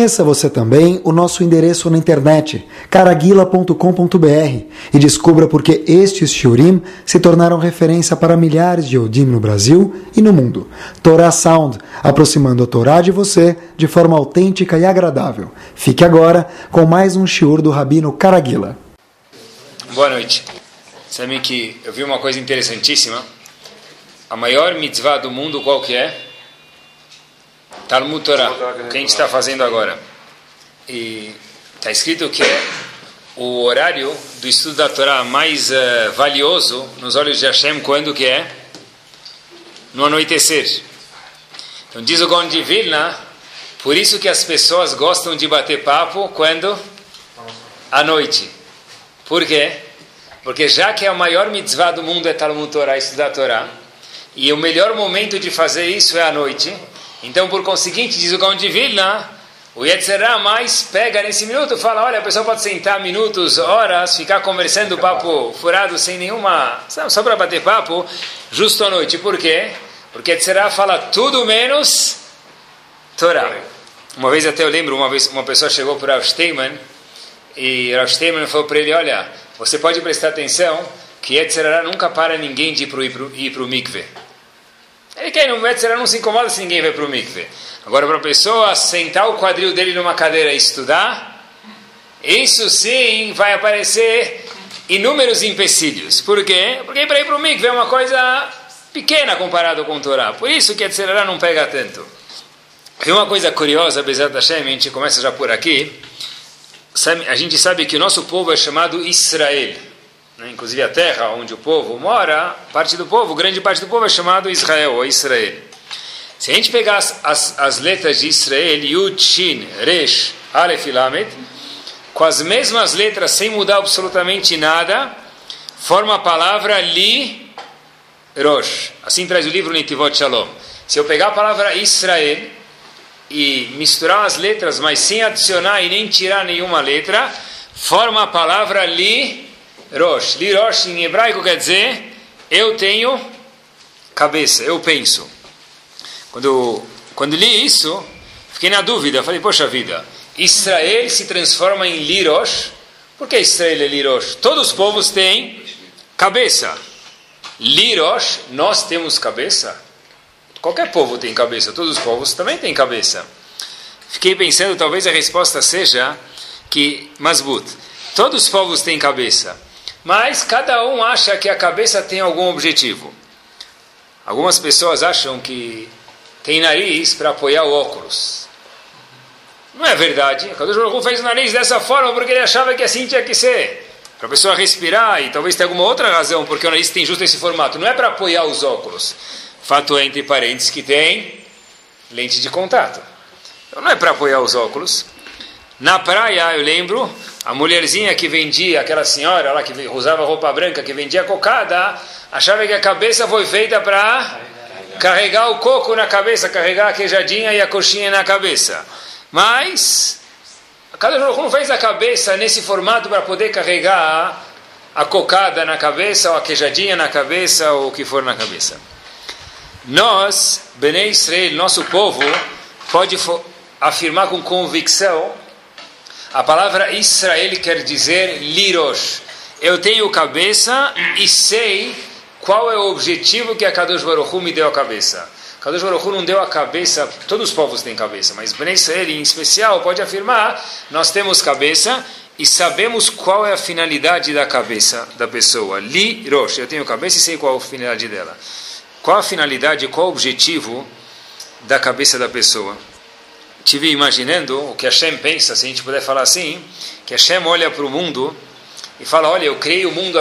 Conheça você também o nosso endereço na internet, caraguila.com.br, e descubra por que estes shiurim se tornaram referência para milhares de Yehudim no Brasil e no mundo. Torah Sound, aproximando a Torá de você de forma autêntica e agradável. Fique agora com mais um shiur do Rabino Caraguila. Boa noite. Sabe que eu vi uma coisa interessantíssima. A maior mitzvah do mundo qual que é? Talmud Torah, o que a gente está fazendo agora. E está escrito que é o horário do estudo da Torá mais valioso nos olhos de Hashem, quando que é? No anoitecer. Então diz o Gaon de Vilna, por isso que as pessoas gostam de bater papo quando? À noite. Por quê? Porque já que a maior mitzvah do mundo é Talmud Torah, estudar a Torá, e o melhor momento de fazer isso é à noite, então por conseguinte, diz o Gaon de Vilna, o Yetzer Hara mais pega nesse minuto, fala, olha, a pessoa pode sentar minutos, horas, ficar conversando papo furado sem nenhuma, só para bater papo, justo à noite. Por quê? Porque Yetzer Hara fala tudo menos Torá. Uma vez até eu lembro, uma pessoa chegou para Rav Steinman, e Rav Steinman falou para ele, olha, você pode prestar atenção que Yetzer Hara nunca para ninguém de ir para o mikveh. Ele quer ir no Yetzer Hara, não se incomoda se ninguém vai para o mikveh. Agora, para a pessoa sentar o quadril dele numa cadeira e estudar, isso sim vai aparecer inúmeros empecilhos. Por quê? Porque para ir para o mikveh é uma coisa pequena comparado com o Torá. Por isso que Yetzer Hara não pega tanto. E uma coisa curiosa, Bezat Hashem, a gente começa já por aqui. A gente sabe que o nosso povo é chamado Israel. Inclusive a terra onde o povo mora, parte do povo, grande parte do povo é chamado Israel ou Israel. Se a gente pegar as letras de Israel, Yud, Shin, Resh, Aleph e Lamed, com as mesmas letras, sem mudar absolutamente nada, forma a palavra Li, Rosh. Assim traz o livro Netivot Shalom. Se eu pegar a palavra Israel e misturar as letras, mas sem adicionar e nem tirar nenhuma letra, forma a palavra Li, Rosh. Li Rosh em hebraico quer dizer eu tenho cabeça, eu penso. Quando li isso, fiquei na dúvida, falei, poxa vida, Israel se transforma em Li Rosh? Por que Israel é Li Rosh? Todos os povos têm cabeça. Li Rosh, nós temos cabeça? Qualquer povo tem cabeça, todos os povos também têm cabeça. Fiquei pensando, talvez a resposta seja que, Masbut, todos os povos têm cabeça, mas cada um acha que a cabeça tem algum objetivo. Algumas pessoas acham que tem nariz para apoiar o óculos. Não é verdade. O Kadosh Baruch Hu fez o nariz dessa forma porque ele achava que assim tinha que ser. Para a pessoa respirar, e talvez tenha alguma outra razão porque o nariz tem justo esse formato. Não é para apoiar os óculos. Fato é, entre parênteses, que tem lente de contato. Então não é para apoiar os óculos. Na praia, eu lembro, a mulherzinha que vendia, aquela senhora lá que usava roupa branca, que vendia cocada, achava que a cabeça foi feita para carregar o coco na cabeça, carregar a queijadinha e a coxinha na cabeça. Mas cada jogo não fez a cabeça nesse formato para poder carregar a cocada na cabeça, ou a queijadinha na cabeça, ou o que for na cabeça. Nós, Bnei Israel, nosso povo, pode afirmar com convicção, a palavra Israel quer dizer Lirosh. Eu tenho cabeça e sei qual é o objetivo que a Kadosh Baruch Hu me deu a cabeça. Kadosh Baruch Hu não deu a cabeça, todos os povos têm cabeça, mas Bnei Israel em especial pode afirmar, nós temos cabeça e sabemos qual é a finalidade da cabeça da pessoa. Lirosh, eu tenho cabeça e sei qual é a finalidade dela. Qual a finalidade, qual o objetivo da cabeça da pessoa? Estive imaginando o que Hashem pensa, se a gente puder falar assim, que Hashem olha para o mundo e fala, olha, eu criei o mundo há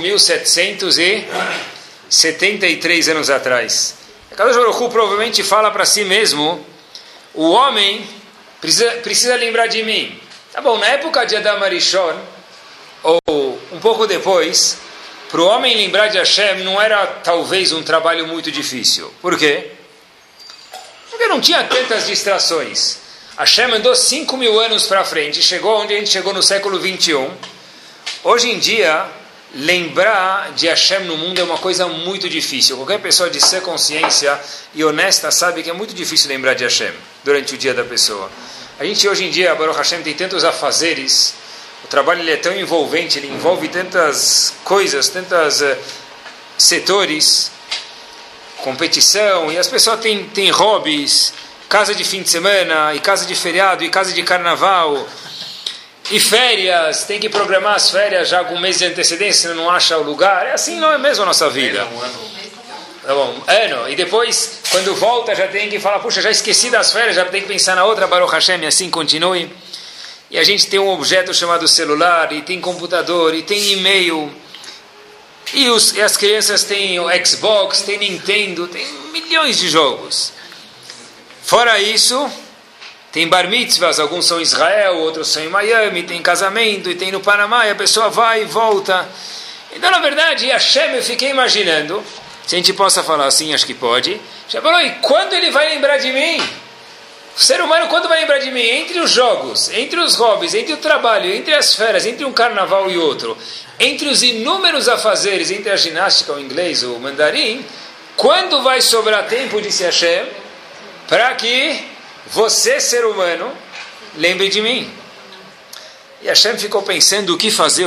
5.773 anos atrás. A Kadosh Baruch Hu provavelmente fala para si mesmo, o homem precisa lembrar de mim. Tá bom, na época de Adam Arishon, ou um pouco depois, para o homem lembrar de Hashem não era talvez um trabalho muito difícil. Por quê? Porque não tinha tantas distrações. Hashem andou 5.000 anos para frente, chegou onde a gente chegou no século 21. Hoje em dia, lembrar de Hashem no mundo é uma coisa muito difícil. Qualquer pessoa de sã consciência e honesta sabe que é muito difícil lembrar de Hashem durante o dia da pessoa. A gente hoje em dia, Baruch Hashem, tem tantos afazeres, o trabalho ele é tão envolvente, ele envolve tantas coisas, tantos setores, competição, e as pessoas têm hobbies, casa de fim de semana, e casa de feriado, e casa de carnaval, e férias, tem que programar as férias já com um mês de antecedência, senão não acha o lugar. É assim, não é mesmo a nossa vida. Tá bom, ano. E depois, quando volta, já tem que falar, puxa, já esqueci das férias, já tem que pensar na outra, Baruch Hashem, e assim continue. E a gente tem um objeto chamado celular, e tem computador, e tem e-mail, e as crianças têm o Xbox, tem Nintendo, tem milhões de jogos. Fora isso, tem bar mitzvahs, alguns são em Israel, outros são em Miami, tem casamento, e tem no Panamá, e a pessoa vai e volta. Então, na verdade, Hashem, eu fiquei imaginando, se a gente possa falar assim, acho que pode, já falou, e quando ele vai lembrar de mim? O ser humano, quando vai lembrar de mim? Entre os jogos, entre os hobbies, entre o trabalho, entre as férias, entre um carnaval e outro, entre os inúmeros afazeres, entre a ginástica, o inglês, o mandarim, quando vai sobrar tempo, disse Hashem, para que você, ser humano, lembre de mim? E Hashem ficou pensando o que fazer.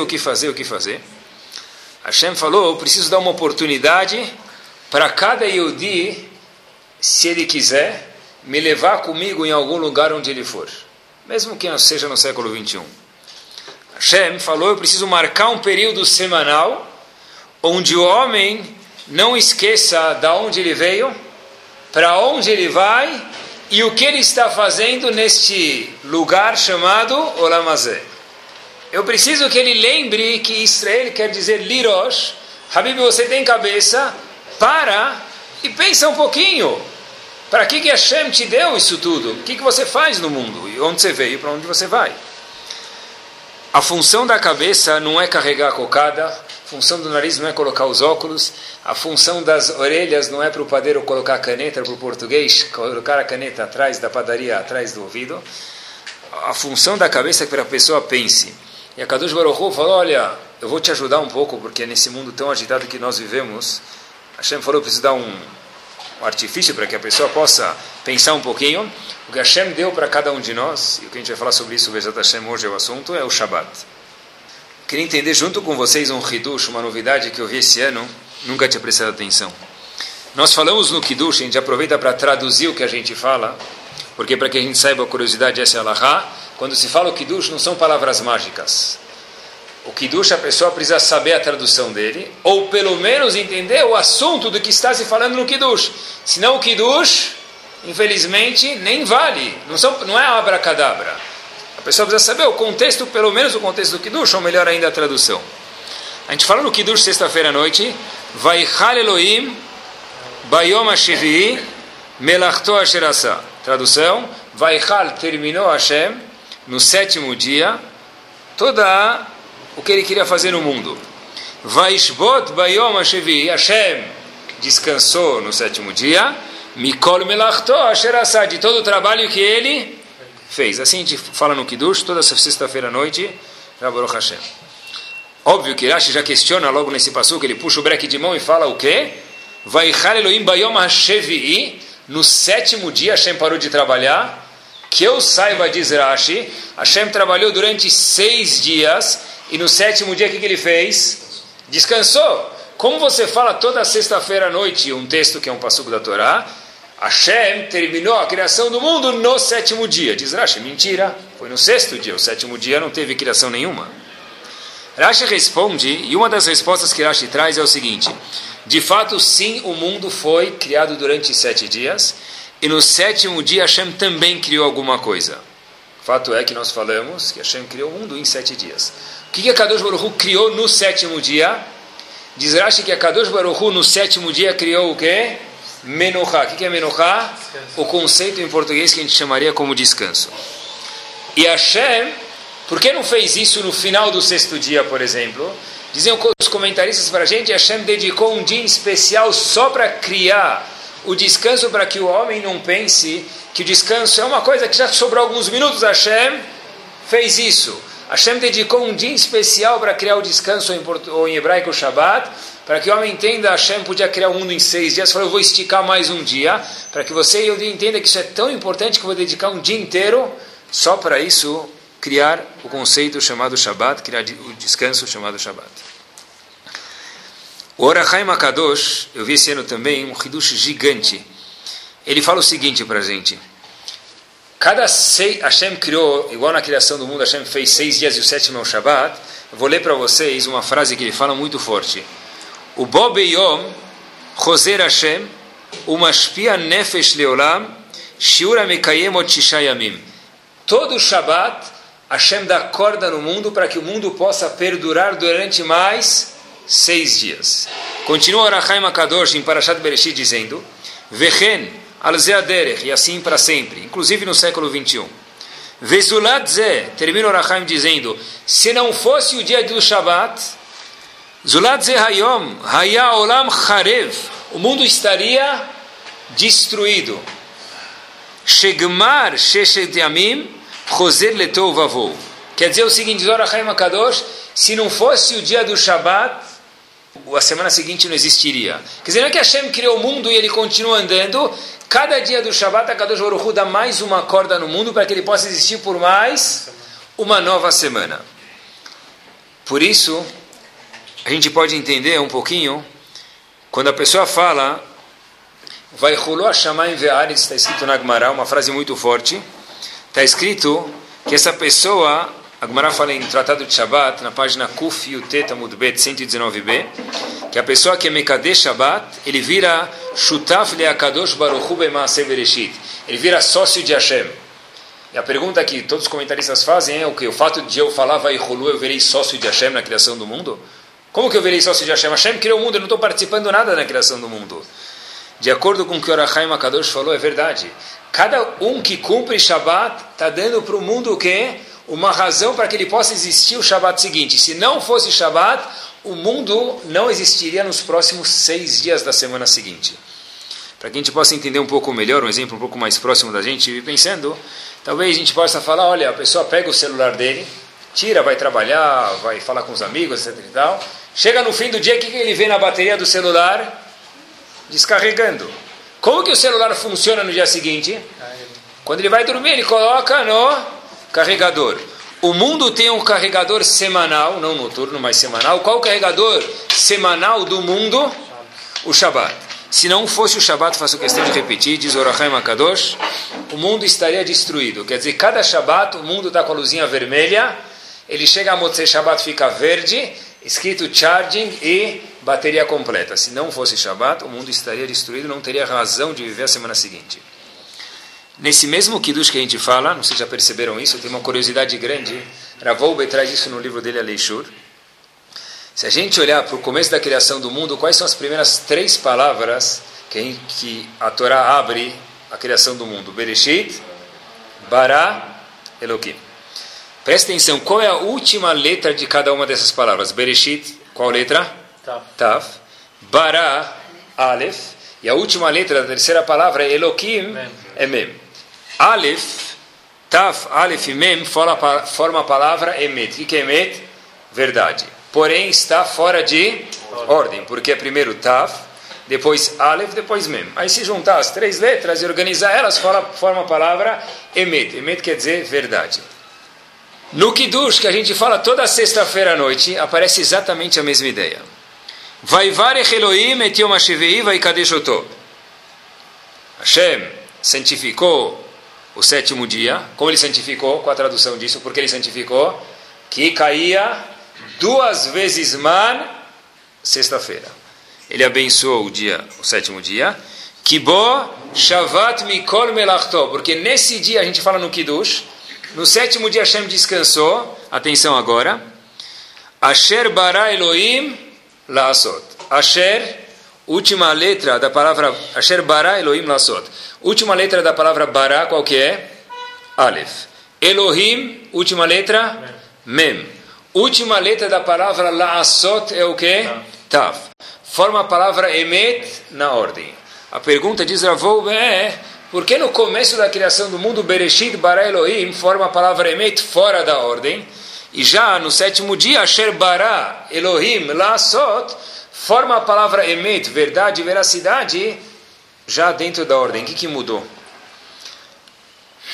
Hashem falou, eu preciso dar uma oportunidade para cada Yehudi, se ele quiser, me levar comigo em algum lugar onde ele for, mesmo que não seja no século 21. Hashem falou, eu preciso marcar um período semanal, onde o homem não esqueça de onde ele veio, para onde ele vai, e o que ele está fazendo neste lugar chamado Olam Hazeh. Eu preciso que ele lembre que Israel quer dizer Lirosh. Habib, você tem cabeça? Para e pensa um pouquinho. Para que Hashem te deu isso tudo? O que você faz no mundo? E onde você veio e para onde você vai? A função da cabeça não é carregar a cocada, a função do nariz não é colocar os óculos, a função das orelhas não é para o padeiro colocar a caneta, para o português colocar a caneta atrás da padaria, atrás do ouvido. A função da cabeça é para a pessoa pense. E a Kadosh Baruch Hu falou, olha, eu vou te ajudar um pouco, porque nesse mundo tão agitado que nós vivemos, Hashem falou, eu preciso dar um artifício para que a pessoa possa pensar um pouquinho. O que Hashem deu para cada um de nós, e o que a gente vai falar sobre isso, Bezat Hashem, hoje é o assunto, é o Shabbat. Queria entender junto com vocês um Hidush, uma novidade que eu vi esse ano, nunca tinha prestado atenção. Nós falamos no Kiddush, a gente aproveita para traduzir o que a gente fala, porque para que a gente saiba a curiosidade, essa é a Halachá. Quando se fala o Kiddush, não são palavras mágicas. O Kiddush, a pessoa precisa saber a tradução dele, ou pelo menos entender o assunto do que está se falando no Kiddush. Senão o Kiddush, infelizmente, nem vale. Não é abracadabra. A pessoa precisa saber o contexto, pelo menos o contexto do Kiddush, ou melhor ainda a tradução. A gente fala no Kiddush sexta-feira à noite, Vaichal Elohim Bayom HaShevi'i Melachto Asher Asa. Tradução, Vaichal, terminou Hashem no sétimo dia toda o que ele queria fazer no mundo. Vaishbot Bayom HaShevi'i, Hashem descansou no sétimo dia, Mikol Melachto Asher Asa, de todo o trabalho que ele fez. Assim a gente fala no Kiddush toda sexta-feira à noite, Baruch Hashem. Óbvio que Rashi já questiona logo nesse passuco, ele puxa o breque de mão e fala o quê? Vaichal Elohim Bayom HaShevi'i, no sétimo dia Hashem parou de trabalhar. Que eu saiba, diz Rashi, Hashem trabalhou durante 6 dias, e no sétimo dia o que ele fez? Descansou. Como você fala toda sexta-feira à noite, um texto que é um passuco da Torá, Hashem terminou a criação do mundo no sétimo dia. Diz Rashi, mentira, foi no sexto dia, o sétimo dia não teve criação nenhuma. Rashi responde, e uma das respostas que Rashi traz é o seguinte: de fato, sim, o mundo foi criado durante 7 dias, e no sétimo dia Hashem também criou alguma coisa. O fato é que nós falamos que Hashem criou o mundo em 7 dias. O que a Kadosh Baruch Hu criou no sétimo dia? Diz Rashi que a Kadosh Baruch Hu no sétimo dia criou o quê? Menuchá. O que é Menuchá? O conceito em português que a gente chamaria como descanso. E Hashem, por que não fez isso no final do sexto dia, por exemplo? Dizem os comentaristas para a gente, Hashem dedicou um dia especial só para criar o descanso, para que o homem não pense que o descanso é uma coisa que já sobrou alguns minutos. Hashem fez isso. Hashem dedicou um dia especial para criar o descanso, ou em hebraico, o Shabbat, para que o homem entenda, Hashem podia criar o mundo em 6 dias, falou, eu vou esticar mais um dia, para que você e eu entenda que isso é tão importante que eu vou dedicar um dia inteiro só para isso criar o conceito chamado Shabbat, criar o descanso chamado Shabbat. O Or HaChaim HaKadosh, eu vi esse ano também, um hidush gigante. Ele fala o seguinte para a gente. Hashem criou, igual na criação do mundo, Hashem fez 6 dias e o 7º é o Shabbat. Eu vou ler para vocês uma frase que ele fala muito forte. O Bo Beyom, Choser Hashem, Umashpia Nefesh Leolam, Shiura Mekayem Ot Shisha Yamim. Todo Shabbat, Hashem dá corda no mundo para que o mundo possa perdurar durante mais 6 dias. Continua o Or HaChaim HaKadosh em Parashat Bereshit dizendo, Vechen al ze aderech, e assim para sempre, inclusive no século 21. Vezulat ze, termina o Or HaChaim dizendo, se não fosse o dia do Shabbat, Zulat ze hayom, haya olam charev, o mundo estaria destruído. Shegmar sheshet yamim, choser letou vavou. Quer dizer o seguinte, diz o Or HaChaim HaKadosh, se não fosse o dia do Shabbat, a semana seguinte não existiria. Quer dizer, não é que Hashem criou o mundo e ele continua andando. Cada dia do Shabbat, a Kadosh Baruch Hu dá mais uma corda no mundo para que ele possa existir por mais uma nova semana. Por isso, a gente pode entender um pouquinho, quando a pessoa fala, vai rolou a shamayim ve'aretz, está escrito na Gemara, uma frase muito forte, está escrito que essa pessoa, a Gemara fala em Tratado de Shabbat, na página Kuf Yutet Amud Bet 119b, que a pessoa que é Mekadesh Shabbat, ele vira Shutaf le'akadosh Baruch Hu b'maaseh bereshit. Ele vira sócio de Hashem. E a pergunta que todos os comentaristas fazem é o que? O fato de eu falar Vaichulu, eu virei sócio de Hashem na criação do mundo? Como que eu virei sócio de Hashem? Hashem criou o mundo, eu não estou participando nada na criação do mundo. De acordo com o que o Or HaChaim HaKadosh falou, é verdade. Cada um que cumpre Shabbat está dando para o mundo o quê? Uma razão para que ele possa existir o Shabbat seguinte. Se não fosse Shabbat, o mundo não existiria nos próximos 6 dias da semana seguinte. Para que a gente possa entender um pouco melhor, um exemplo um pouco mais próximo da gente, e pensando, talvez a gente possa falar, olha, a pessoa pega o celular dele, tira, vai trabalhar, vai falar com os amigos, etc e tal, chega no fim do dia, o que ele vê na bateria do celular? Descarregando. Como que o celular funciona no dia seguinte? Quando ele vai dormir, ele coloca no carregador. O mundo tem um carregador semanal, não noturno, mas semanal. Qual o carregador semanal do mundo? O Shabbat. Se não fosse o Shabbat, faço questão de repetir, diz o Or HaChaim HaKadosh, o mundo estaria destruído. Quer dizer, cada Shabbat o mundo está com a luzinha vermelha, ele chega a Motzei Shabbat, fica verde, escrito charging e bateria completa. Se não fosse Shabbat, o mundo estaria destruído, não teria razão de viver a semana seguinte. Nesse mesmo Kiddush que a gente fala, não sei se já perceberam isso, tem uma curiosidade grande, Rav Wolbe traz isso no livro dele, Aleishur. Se a gente olhar para o começo da criação do mundo, quais são as primeiras 3 palavras que a Torá abre a criação do mundo? Bereshit, Bara, Elokim. Presta atenção, qual é a última letra de cada uma dessas palavras? Bereshit, qual letra? Tav. Bara, Aleph. E a última letra da terceira palavra é Elokim, é Mem. Aleph, Tav, Aleph e Mem forma a palavra Emet. O que é Emet? Verdade. Porém, está fora de ordem, porque é primeiro Tav, depois Aleph, depois Mem. Aí se juntar as 3 letras e organizar elas, forma a palavra Emet. Emet quer dizer verdade. No Kiddush, que a gente fala toda sexta-feira à noite, aparece exatamente a mesma ideia. Vaivarech Elohim et Yom HaShevei Vaikadesh Oto. Hashem santificou o 7º dia. Como ele santificou? Qual a tradução disso? Por que ele santificou? Que caía 2 vezes man, sexta-feira. Ele abençoou o 7º dia. Kibo Shavat Mikol Melachto. Porque nesse dia, a gente fala no Kiddush, no 7º dia Hashem descansou. Atenção agora. Asher bara Elohim Laasot. Asher, última letra da palavra Asher bara Elohim Laasot. Última letra da palavra bara, qual que é? Aleph. Elohim, última letra? Mem. Última letra da palavra Laasot é o que? Tav. Forma a palavra Emet na ordem. A pergunta diz Rav Wolbe é: por que no começo da criação do mundo Bereshit bara Elohim forma a palavra Emet fora da ordem? E já no 7º dia, Asher bara Elohim Laasot, forma a palavra Emet, verdade, veracidade, já dentro da ordem. O que mudou?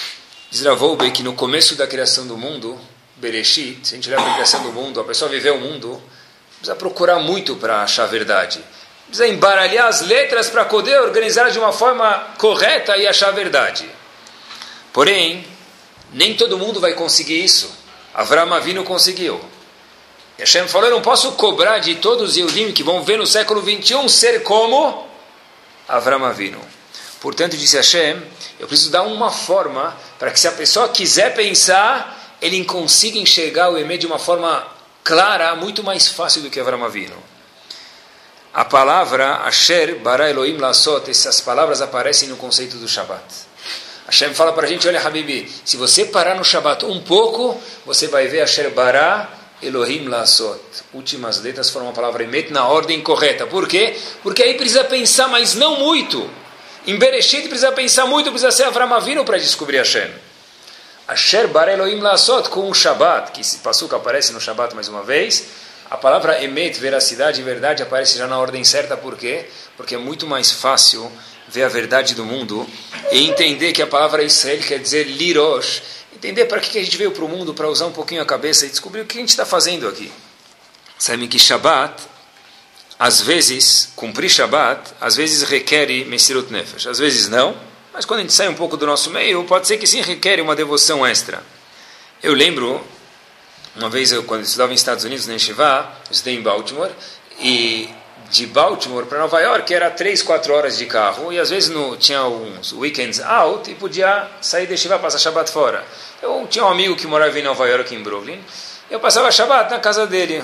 Diz Rav Wolbe que no começo da criação do mundo, Bereshit, se a gente olhar para a criação do mundo, a pessoa viveu o mundo, precisa procurar muito para achar a verdade. Precisa embaralhar as letras para poder organizar de uma forma correta e achar a verdade. Porém, nem todo mundo vai conseguir isso. Avraham Avinu conseguiu. E Hashem falou, eu não posso cobrar de todos os Yehudim que vão ver no século 21 ser como Avraham Avinu. Portanto, disse Hashem, eu preciso dar uma forma para que se a pessoa quiser pensar, ele consiga enxergar o Emet de uma forma clara, muito mais fácil do que Avraham Avinu. A palavra Asher bara Elohim lasot, essas palavras aparecem no conceito do Shabbat. Hashem fala para a gente, olha Habibi, se você parar no Shabbat um pouco, você vai ver Asher bara Elohim lasot. Últimas letras foram a palavra Emet na ordem correta. Por quê? Porque aí precisa pensar, mas não muito. Em Bereshit precisa pensar muito, precisa ser Avraham Avinu para descobrir Hashem. Asher bara Elohim lasot, com o Shabbat, que esse passuca aparece no Shabbat mais uma vez, a palavra Emet, veracidade e verdade, aparece já na ordem certa. Por quê? Porque é muito mais fácil ver a verdade do mundo e entender que a palavra Israel quer dizer Lirosh. Entender para que a gente veio para o mundo, para usar um pouquinho a cabeça e descobrir o que a gente está fazendo aqui. Sabem que Shabbat, às vezes, cumprir Shabbat, às vezes requer Mesirut Nefesh, às vezes não, mas quando a gente sai um pouco do nosso meio, pode ser que sim requer uma devoção extra. Eu lembro, uma vez, quando eu estudava nos Estados Unidos, na Yeshiva, eu estudei em Baltimore, e de Baltimore para Nova York era 3, 4 horas de carro, e às vezes tinha uns weekends out, e podia sair da Yeshiva, passar Shabbat fora. Eu tinha um amigo que morava em Nova York, em Brooklyn, eu passava Shabbat na casa dele.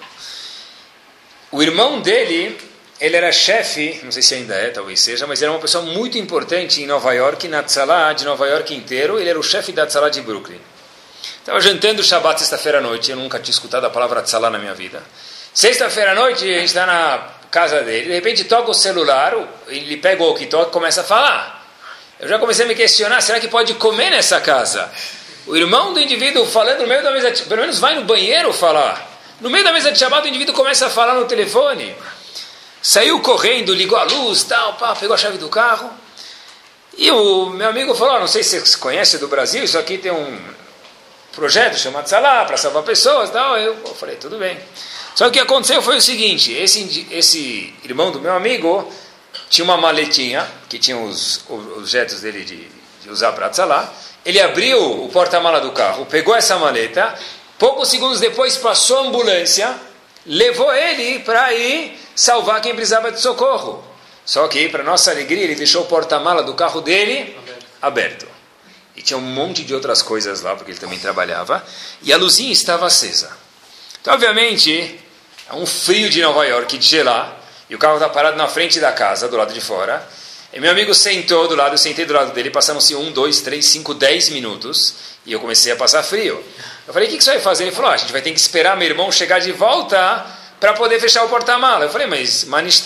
O irmão dele, ele era chefe, não sei se ainda é, talvez seja, mas era uma pessoa muito importante em Nova York, na Tzalá de Nova York inteiro, ele era o chefe da Tzalá de Brooklyn. Estava jantando Shabbat sexta-feira à noite, eu nunca tinha escutado a palavra Tzalá na minha vida. Sexta-feira à noite, a gente está na casa dele, de repente toca o celular, ele pega o walkie-talkie e começa a falar. Eu já comecei a me questionar, será que pode comer nessa casa? O irmão do indivíduo falando no meio da mesa, pelo menos vai no banheiro falar. No meio da mesa de Shabbat, o indivíduo começa a falar no telefone. Saiu correndo, ligou a luz, tal, pá, pegou a chave do carro. E o meu amigo falou, não sei se você conhece do Brasil, isso aqui tem um projeto chamado Tzalá, para salvar pessoas, tal. Eu falei, tudo bem. Só que o que aconteceu foi o seguinte, esse irmão do meu amigo tinha uma maletinha, que tinha os objetos dele de usar para Tzalá. Ele abriu o porta-mala do carro, pegou essa maleta, poucos segundos depois passou a ambulância, levou ele para ir salvar quem precisava de socorro. Só que, para nossa alegria, ele deixou o porta-mala do carro dele aberto. E tinha um monte de outras coisas lá, porque ele também trabalhava, e a luzinha estava acesa. Então, obviamente, é um frio de Nova York, de gelar, e o carro está parado na frente da casa, do lado de fora. E meu amigo sentou do lado, eu sentei do lado dele, passamos-se 1, 2, 3, 5, 10 minutos, e eu comecei a passar frio. Eu falei, o que você vai fazer? Ele falou, a gente vai ter que esperar meu irmão chegar de volta para poder fechar o porta-mala. Eu falei, mas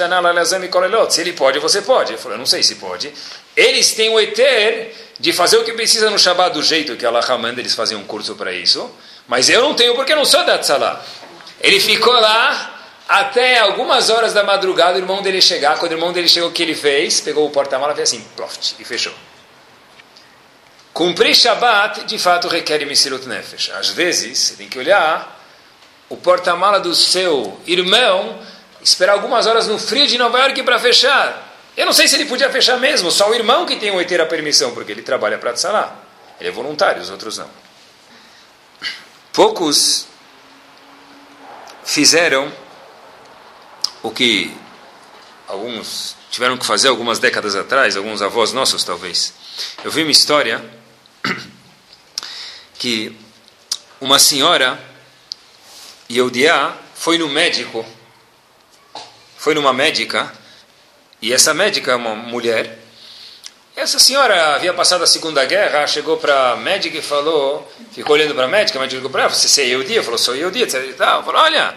se ele pode, você pode. Ele falou, eu não sei se pode. Eles têm o eter de fazer o que precisa no Shabbat do jeito que Allah manda, eles fazem um curso para isso, mas eu não tenho porque eu não sou da Tzalá. Ele ficou lá até algumas horas da madrugada, o irmão dele chegar. Quando o irmão dele chegou, o que ele fez? Pegou o porta-mala e fez assim, ploft, e fechou. Cumprir Shabbat, de fato, requer Mesirut Nefesh. Às vezes, você tem que olhar o porta-mala do seu irmão, esperar algumas horas no frio de Nova York para fechar. Eu não sei se ele podia fechar mesmo, só o irmão que tem o eter a permissão, porque ele trabalha para Tzalá. Ele é voluntário, os outros não. Poucos fizeram o que alguns tiveram que fazer algumas décadas atrás, alguns avós nossos talvez. Eu vi uma história que uma senhora Yehudiá foi no médico, foi numa médica, e essa médica, uma mulher, essa senhora havia passado a Segunda Guerra, chegou para a médica e falou, ficou olhando para a médica falou para ela, você é Yehudiá? Falou, sou Yehudiá, etc. Falou, olha,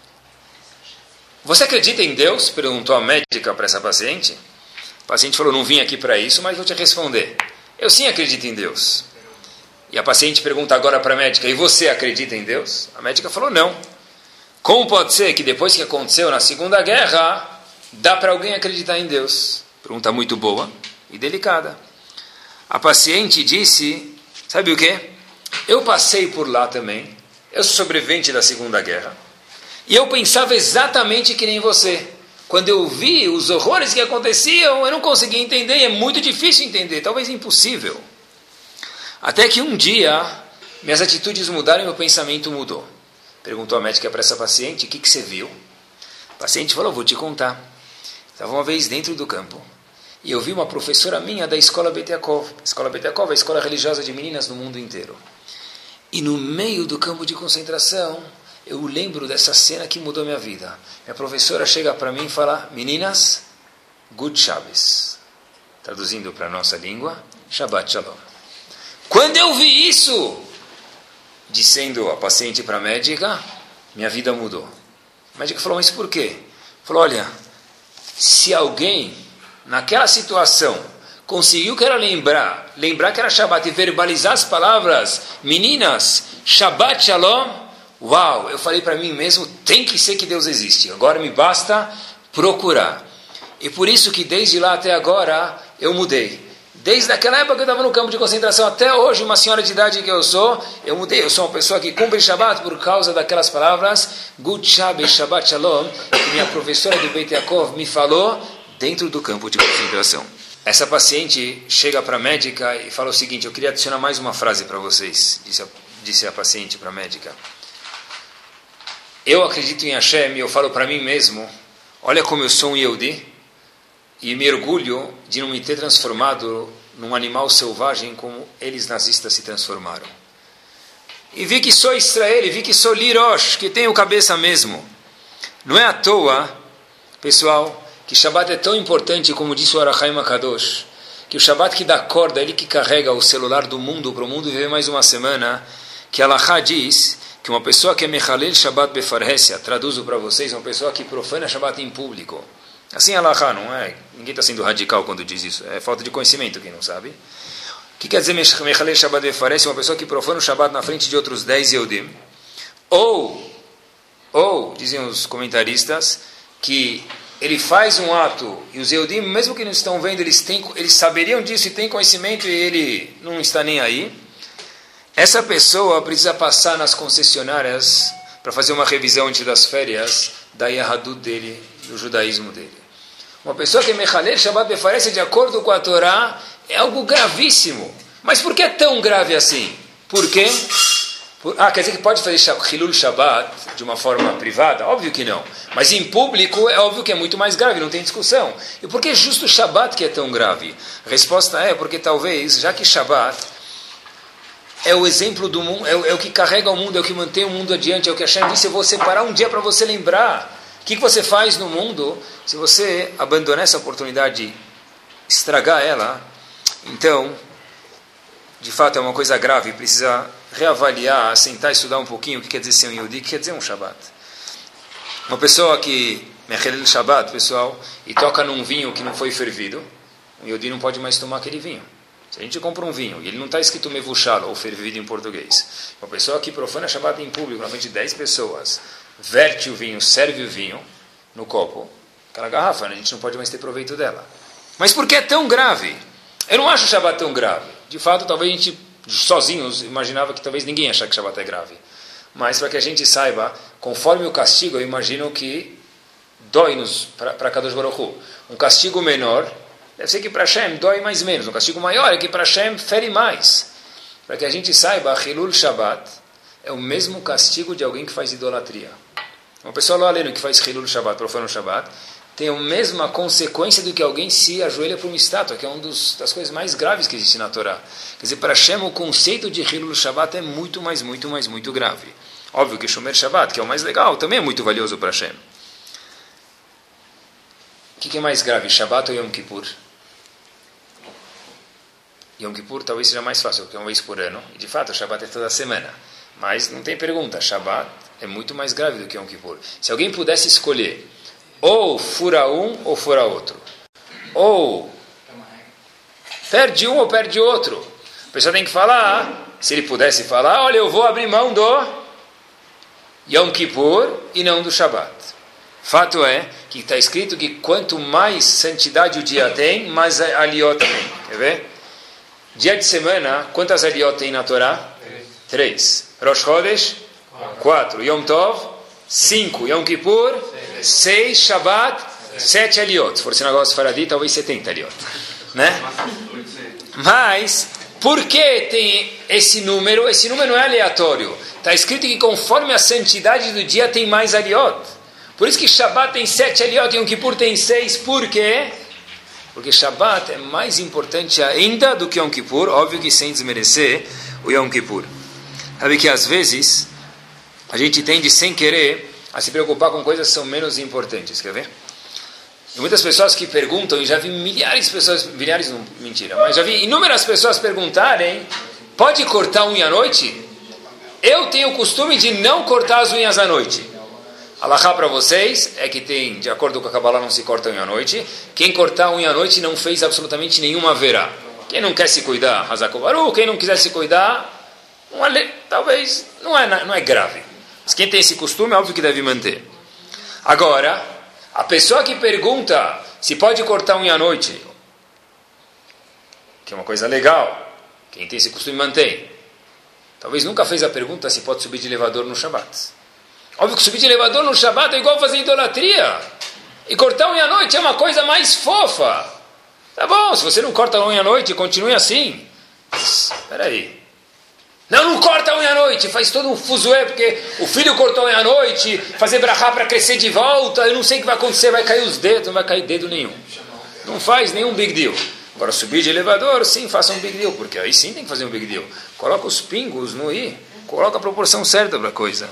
você acredita em Deus? Perguntou a médica para essa paciente. O paciente falou, não vim aqui para isso, mas vou te responder. Eu sim acredito em Deus. E a paciente pergunta agora para a médica, e você acredita em Deus? A médica falou, não. Como pode ser que depois que aconteceu na Segunda Guerra, dá para alguém acreditar em Deus? Pergunta muito boa e delicada. A paciente disse, Sabe o quê? Eu passei por lá também. Eu sou sobrevivente da Segunda Guerra. E eu pensava exatamente que nem você. Quando eu vi os horrores que aconteciam, eu não conseguia entender. E é muito difícil entender, talvez impossível. Até que um dia, minhas atitudes mudaram e meu pensamento mudou. Perguntou a médica para essa paciente, o que você viu? A paciente falou, vou te contar. Estava uma vez dentro do campo. E eu vi uma professora minha da escola Beit Yaakov. A escola Beit Yaakov é a escola religiosa de meninas no mundo inteiro. E no meio do campo de concentração, eu lembro dessa cena que mudou minha vida. Minha professora chega para mim e fala, meninas, Good Shabbos. Traduzindo para a nossa língua, Shabbat Shalom. Quando eu vi isso, dizendo a paciente para a médica, minha vida mudou. A médica falou, mas por quê? Falou, olha, se alguém, naquela situação, conseguiu que ela lembrar que era Shabbat e verbalizar as palavras, meninas, Shabbat Shalom, uau, eu falei para mim mesmo, tem que ser que Deus existe. Agora me basta procurar. E por isso que desde lá até agora eu mudei. Desde aquela época que eu estava no campo de concentração até hoje, uma senhora de idade que eu mudei. Eu sou uma pessoa que cumpre Shabbat por causa daquelas palavras, Good Shabbos, Shabbat Shalom, que minha professora do Beit Yaakov me falou dentro do campo de concentração. Essa paciente chega para a médica e fala o seguinte, eu queria adicionar mais uma frase para vocês, disse a paciente para a médica. Eu acredito em Hashem e eu falo para mim mesmo, olha como eu sou um Yehudi, e me orgulho de não me ter transformado num animal selvagem como eles nazistas se transformaram. E vi que sou Israel, vi que sou Lirosh, que tenho cabeça mesmo. Não é à toa, pessoal, que Shabbat é tão importante, como disse o Arachaim HaKadosh, que o Shabbat que dá corda, ele que carrega o celular do mundo para o mundo viver mais uma semana, que Allah diz que uma pessoa que é Mechalel Shabbat Befarhesia, traduzo para vocês, uma pessoa que profana Shabbat em público. Assim é Allah, não é? Ninguém está sendo radical quando diz isso. É falta de conhecimento, quem não sabe. O que quer dizer Mechalel Shabbat Befarhesia? Uma pessoa que profana o Shabbat na frente de outros 10 Yehudim. Ou, dizem os comentaristas, que ele faz um ato, e os Yehudim, mesmo que não estão vendo, eles saberiam disso e têm conhecimento, e ele não está nem aí. Essa pessoa precisa passar nas concessionárias para fazer uma revisão antes das férias da Yahadut dele, do judaísmo dele. Uma pessoa que é Mechalel Shabbat Befarhesia de acordo com a Torá é algo gravíssimo. Mas por que é tão grave assim? Por quê? Quer dizer que pode fazer Hilul Shabbat de uma forma privada? Óbvio que não. Mas em público é óbvio que é muito mais grave, não tem discussão. E por que justo o Shabbat que é tão grave? A resposta é porque talvez, já que Shabbat é o exemplo do mundo, é o que carrega o mundo, é o que mantém o mundo adiante, é o que Hashem disse, eu vou separar um dia para você lembrar. O que você faz no mundo se você abandonar essa oportunidade, estragar ela? Então, de fato é uma coisa grave, precisa reavaliar, sentar e estudar um pouquinho o que quer dizer ser um Yehudi, o que quer dizer um Shabbat. Uma pessoa que Mechalel Shabbat, pessoal, e toca num vinho que não foi fervido, um Yehudi não pode mais tomar aquele vinho. Se a gente compra um vinho e ele não está escrito mevushal ou fervido em português, uma pessoa que profana Shabbat em público, na frente de 10 pessoas, verte o vinho, serve o vinho no copo, aquela garrafa, a gente não pode mais ter proveito dela. Mas por que é tão grave? Eu não acho o Shabbat tão grave. De fato, talvez a gente, sozinhos, imaginava que talvez ninguém achasse que Shabbat é grave. Mas para que a gente saiba, conforme o castigo, eu imagino que dói-nos para Kadosh Baruch Hu. Um castigo menor, deve ser que para Hashem dói mais menos. Um castigo maior é que para Hashem fere mais. Para que a gente saiba, Hilul Shabbat é o mesmo castigo de alguém que faz idolatria. Uma pessoa lá lendo que faz Hilul Shabbat, profana o Shabbat, tem a mesma consequência do que alguém se ajoelha para uma estátua, que é uma das coisas mais graves que existe na Torá. Quer dizer, para Hashem o conceito de Hilul Shabbat é muito grave. Óbvio que Shomer Shabbat, que é o mais legal, também é muito valioso para Hashem. O que é mais grave, Shabbat ou Yom Kippur? Yom Kippur talvez seja mais fácil, porque é uma vez por ano. E de fato, Shabbat é toda semana. Mas não tem pergunta, Shabbat é muito mais grave do que Yom Kippur. Se alguém pudesse escolher ou fura um ou fura outro, ou perde um ou perde outro, a pessoa tem que falar, se ele pudesse falar, olha, eu vou abrir mão do Yom Kippur e não do Shabbat. Fato é que está escrito que quanto mais santidade o dia tem, mais aliot tem. Quer ver? Dia de semana, quantas aliot tem na Torá? 3. Rosh Chodesh? 4. Yom Tov? 5. Yom Kippur? 6. Shabbat? 7 aliot. Se for sinagogos Faradi, talvez 70 aliot. Né? Mas, por que tem esse número? Esse número não é aleatório. Está escrito que conforme a santidade do dia tem mais aliot. Por isso que Shabbat tem 7 aliot e Yom Kippur tem 6. Por quê? Porque Shabbat é mais importante ainda do que Yom Kippur, óbvio que sem desmerecer o Yom Kippur. Sabe que às vezes a gente tende sem querer a se preocupar com coisas que são menos importantes, quer ver? E muitas pessoas que perguntam, e já vi milhares de pessoas, milhares não, mentira, mas já vi inúmeras pessoas perguntarem, pode cortar unha à noite? Eu tenho o costume de não cortar as unhas à noite. Alahá para vocês é que tem, de acordo com a Kabbalah, não se corta unha à noite. Quem cortar unha à noite não fez absolutamente nenhuma verá. Quem não quer se cuidar, Hazakovaru, quem não quiser se cuidar, talvez não é grave. Mas quem tem esse costume, é óbvio que deve manter. Agora, a pessoa que pergunta se pode cortar unha à noite, que é uma coisa legal, quem tem esse costume mantém. Talvez nunca fez a pergunta se pode subir de elevador no Shabbat. Óbvio que subir de elevador no Shabbat é igual fazer idolatria. E cortar unha à noite é uma coisa mais fofa. Tá bom, se você não corta a unha à noite, continue assim. Espera aí. Não corta a unha à noite. Faz todo um fuzuê, porque o filho cortou a unha à noite, fazer brachá para crescer de volta, eu não sei o que vai acontecer, vai cair os dedos, não vai cair dedo nenhum. Não faz nenhum big deal. Agora, subir de elevador, sim, faça um big deal, porque aí sim tem que fazer um big deal. Coloca os pingos no i, coloca a proporção certa para a coisa.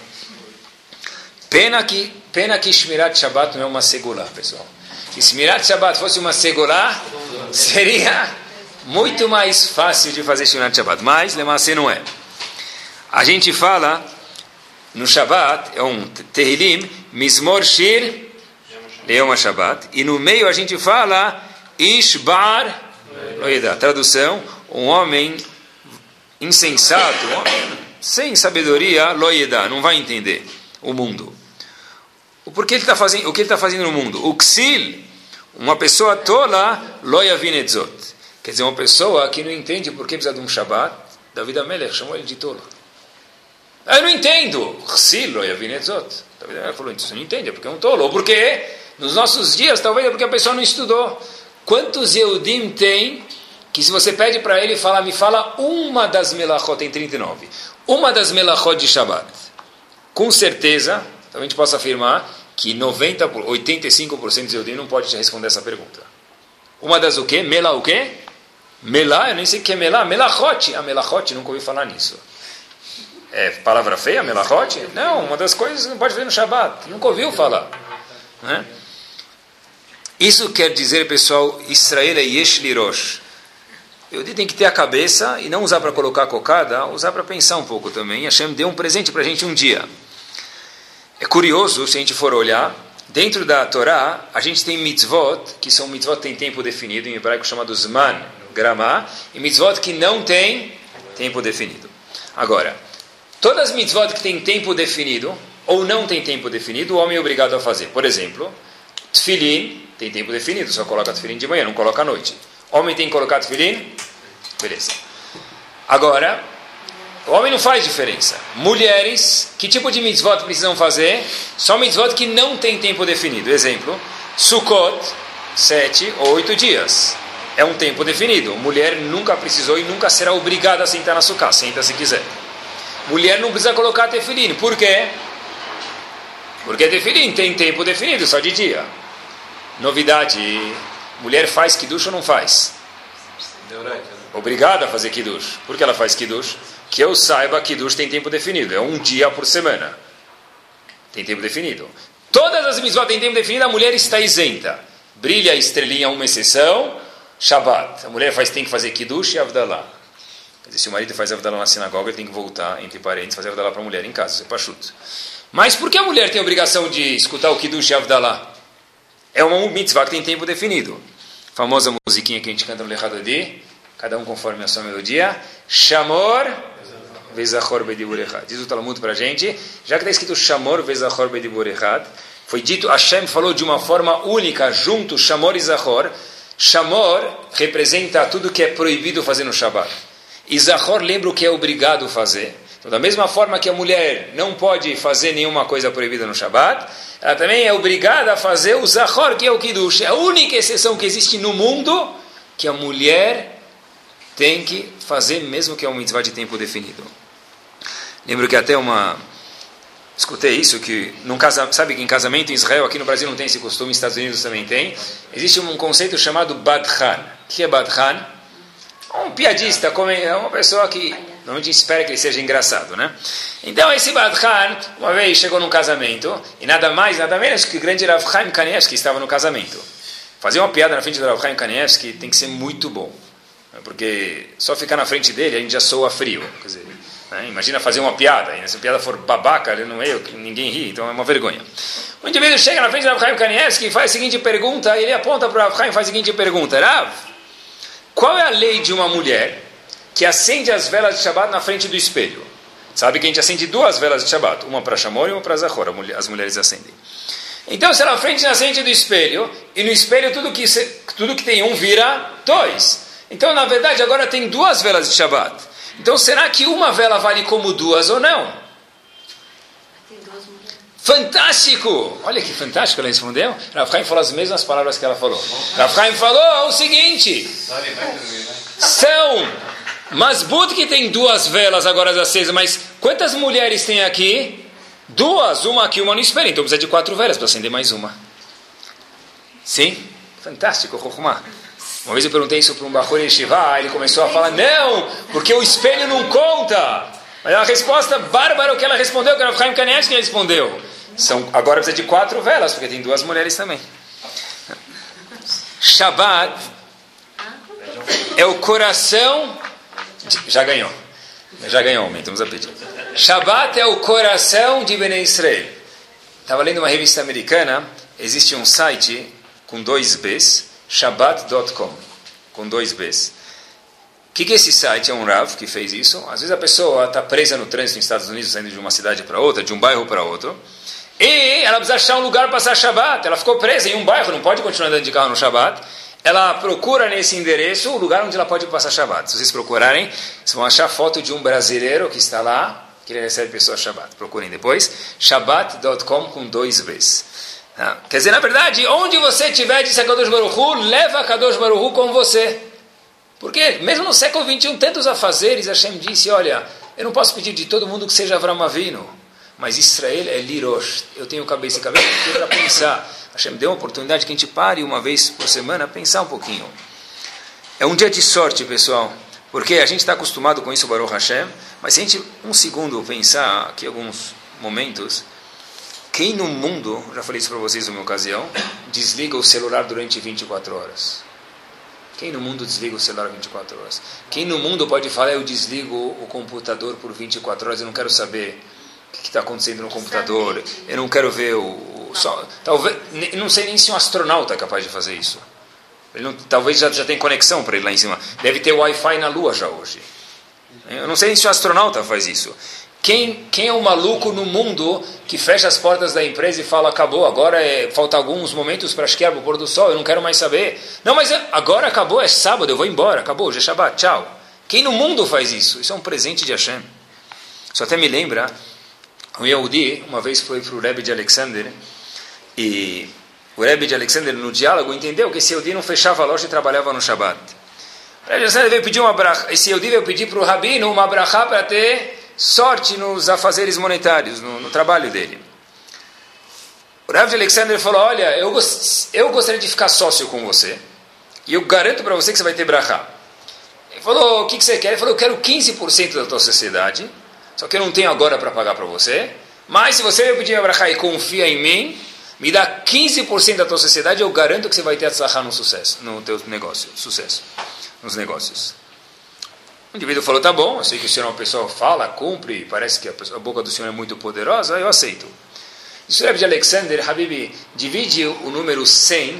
Pena que Shmirat Shabbat não é uma segulá, pessoal. Se Shmirat Shabbat fosse uma segulá, seria muito mais fácil de fazer Shmirat Shabbat. Mas, Lemassé, não é. A gente fala, no Shabbat, é um Tehilim, Mizmor Shir Leom Shabbat, e no meio a gente fala Ishbar Loyeda. Tradução, um homem insensato, um homem sem sabedoria, Loyeda, não vai entender o mundo. O que ele está fazendo no mundo? O Ksil, uma pessoa tola, loya vinetzot. Quer dizer, uma pessoa que não entende por que precisa de um Shabbat. David Amelech chamou ele de tolo. Eu não entendo. Ksil, loya vinetzot. David Amelech falou, você não entende, é porque é um tolo. Ou porque, nos nossos dias, talvez é porque a pessoa não estudou. Quantos Yehudim tem que se você pede para ele falar, me fala uma das melachot, tem 39. Uma das melachot de Shabbat. Com certeza, a gente possa afirmar que 85% dos Yehudim não pode te responder essa pergunta. Uma das o quê? Melá o quê? Melá, eu nem sei o que é melá. Melachot. Ah, melachot, nunca ouvi falar nisso. É palavra feia, melachot? Não, uma das coisas que não pode fazer no Shabbat. Nunca ouviu falar. Né? Isso quer dizer, pessoal, Israel é yesh lirosh. Eu tem que ter a cabeça e não usar para colocar cocada, usar para pensar um pouco também. Hashem deu um presente para a gente um dia. É curioso, se a gente for olhar, dentro da Torá, a gente tem mitzvot, que são mitzvot que têm tempo definido, em hebraico chamado Zman, Gramá, e mitzvot que não têm tempo definido. Agora, todas as mitzvot que têm tempo definido, ou não têm tempo definido, o homem é obrigado a fazer. Por exemplo, tefilin tem tempo definido, só coloca tefilin de manhã, não coloca à noite. Homem tem que colocar tefilin? Beleza. Agora, o homem não faz diferença. Mulheres, que tipo de mitzvot precisam fazer? Só mitzvot que não tem tempo definido. Exemplo, Sukkot, 7 ou 8 dias. É um tempo definido. Mulher nunca precisou e nunca será obrigada a sentar na Sukkah. Senta se quiser. Mulher não precisa colocar tefilin. Por quê? Porque tefilin tem tempo definido, só de dia. Novidade, mulher faz kiddush ou não faz? Obrigada a fazer kiddush. Por que ela faz kiddush? Que eu saiba, kiddush tem tempo definido. É um dia por semana. Tem tempo definido. Todas as mitzvot têm tempo definido, a mulher está isenta. Brilha a estrelinha, uma exceção, Shabbat. A mulher tem que fazer kiddush e avdalá. Quer dizer, se o marido faz avdalá na sinagoga, ele tem que voltar, entre parênteses, fazer avdalá para a mulher em casa. Isso é pachuto. Mas por que a mulher tem a obrigação de escutar o kiddush e avdalá? É uma mitzvah que tem tempo definido. A famosa musiquinha que a gente canta no Lechad Odi, cada um conforme a sua melodia. Shamor vezachor bedibur echad. Diz o Talmud para a gente, já que está escrito Shamor vezachor bedibur echad, foi dito, Hashem falou de uma forma única, junto, Shamor e Zachor, Shamor representa tudo que é proibido fazer no Shabbat. E Zachor lembra o que é obrigado fazer. Então, da mesma forma que a mulher não pode fazer nenhuma coisa proibida no Shabbat, ela também é obrigada a fazer o Zachor, que é o Kiddush. É a única exceção que existe no mundo que a mulher tem que fazer, mesmo que é um mitzvah de tempo definido. Lembro que até escutei isso, que sabe que em casamento em Israel, aqui no Brasil não tem esse costume, nos Estados Unidos também tem, existe um conceito chamado Badchan. O que é Badchan? Um piadista, é uma pessoa que normalmente espera que ele seja engraçado, né? Então esse Badchan, uma vez chegou num casamento, e nada mais, nada menos que o grande Rav Chaim Kanievsky estava no casamento. Fazer uma piada na frente do Rav Chaim Kanievsky tem que ser muito bom, porque só ficar na frente dele a gente já soa frio, quer dizer, imagina fazer uma piada, e se a piada for babaca, ninguém ri, então é uma vergonha. O indivíduo chega na frente do Rav Chaim Kanievsky e faz a seguinte pergunta, ele aponta para o Rav Chaim e faz a seguinte pergunta: Rav, qual é a lei de uma mulher que acende as velas de Shabbat na frente do espelho? Sabe que a gente acende 2 velas de Shabbat, uma para Shamor e uma para Zachor, as mulheres acendem. Então, se ela na frente do espelho, e no espelho tudo que tem 1 vira 2. Então, na verdade, agora tem 2 velas de Shabbat. Então, será que uma vela vale como 2 ou não? Tem 2 mulheres. Fantástico! Olha que fantástico, ela respondeu. Rav Chaim falou as mesmas palavras que ela falou. Rav Chaim falou o seguinte: são Masbut que tem 2 velas agora acesas, mas quantas mulheres tem aqui? 2, uma aqui, uma no espelho. Então precisa de 4 velas para acender mais uma. Sim? Fantástico, Chokhmah. Uma vez eu perguntei isso para um Bachur Yeshiva, ele começou a falar, não, porque o espelho não conta. Mas a resposta bárbara que ela respondeu, que era o Chaim Kanievsky que respondeu. Agora precisa de 4 velas, porque tem 2 mulheres também. Shabbat é o coração... Já ganhou, aumento, vamos a pedir. Shabbat é o coração de Bnei Israel. Estava lendo uma revista americana, existe um site com 2 Bs, Shabbat.com, com 2 Bs. O que é esse site? É um Rav que fez isso. Às vezes a pessoa está presa no trânsito nos Estados Unidos, saindo de uma cidade para outra, de um bairro para outro, e ela precisa achar um lugar para passar Shabbat. Ela ficou presa em um bairro, não pode continuar andando de carro no Shabbat. Ela procura nesse endereço o lugar onde ela pode passar Shabbat. Se vocês procurarem, vocês vão achar foto de um brasileiro que está lá, que ele recebe pessoas Shabbat. Procurem depois, Shabbat.com com 2 Bs. Quer dizer, na verdade, onde você estiver, disse a Kadosh Baruch Hu, leva a Kadosh Baruch Hu com você. Porque mesmo no século XXI, tantos afazeres, Hashem disse, olha, eu não posso pedir de todo mundo que seja Avram Avinu, mas Israel é Lirosh. Eu tenho cabeça e cabeça para pensar. Hashem deu uma oportunidade que a gente pare uma vez por semana a pensar um pouquinho. É um dia de sorte, pessoal, porque a gente está acostumado com isso, Baruch Hashem, mas se a gente, um segundo, pensar aqui alguns momentos, quem no mundo, já falei isso para vocês numa ocasião, desliga o celular durante 24 horas? Quem no mundo desliga o celular 24 horas? Quem no mundo pode falar, eu desligo o computador por 24 horas, eu não quero saber o que está acontecendo no computador, eu não quero ver talvez, não sei nem se um astronauta é capaz de fazer isso. Ele não, talvez já tem conexão para ele lá em cima. Deve ter Wi-Fi na Lua já hoje. Eu não sei nem se um astronauta faz isso. Quem é o maluco no mundo que fecha as portas da empresa e fala, acabou, agora falta alguns momentos para esquiar para o pôr do sol, eu não quero mais saber. Não, mas agora acabou, é sábado, eu vou embora, acabou, já é Shabbat, tchau. Quem no mundo faz isso? Isso é um presente de Hashem. Isso até me lembra, o Yehudi, uma vez foi para o Rebbe de Alexander, e o Rebbe de Alexander, no diálogo, entendeu que esse Yehudi não fechava a loja e trabalhava no Shabbat. O Rebbe de Alexander veio pedir esse Yehudi veio pedir para o Rabino uma brachá para ter sorte nos afazeres monetários, no trabalho dele. O Rebbe de Alexander falou, olha, eu gostaria de ficar sócio com você, e eu garanto para você que você vai ter brachá. Ele falou, o que você quer? Ele falou, eu quero 15% da tua sociedade, só que eu não tenho agora para pagar para você, mas se você me pedir a brachá e confia em mim, me dá 15% da tua sociedade, eu garanto que você vai ter atzlachá no sucesso, no teu negócio, sucesso, nos negócios. O indivíduo falou, tá bom, eu sei que o senhor é uma pessoa fala, cumpre, parece que a boca do senhor é muito poderosa, eu aceito. Disse o Rebbe de Alexander, Habibi, divide o número 100%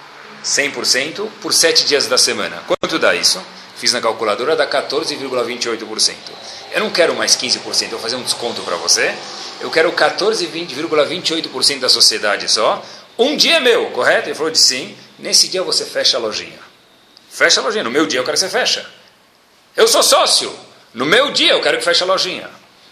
por 7 dias da semana. Quanto dá isso? Fiz na calculadora, dá 14,28%. Eu não quero mais 15%, eu vou fazer um desconto para você. Eu quero 14,28% da sociedade só. Um dia é meu, correto? Ele falou de sim. nesse dia você fecha a lojinha. Fecha a lojinha. No meu dia eu quero que você feche. Eu sou sócio. No meu dia eu quero que feche a lojinha.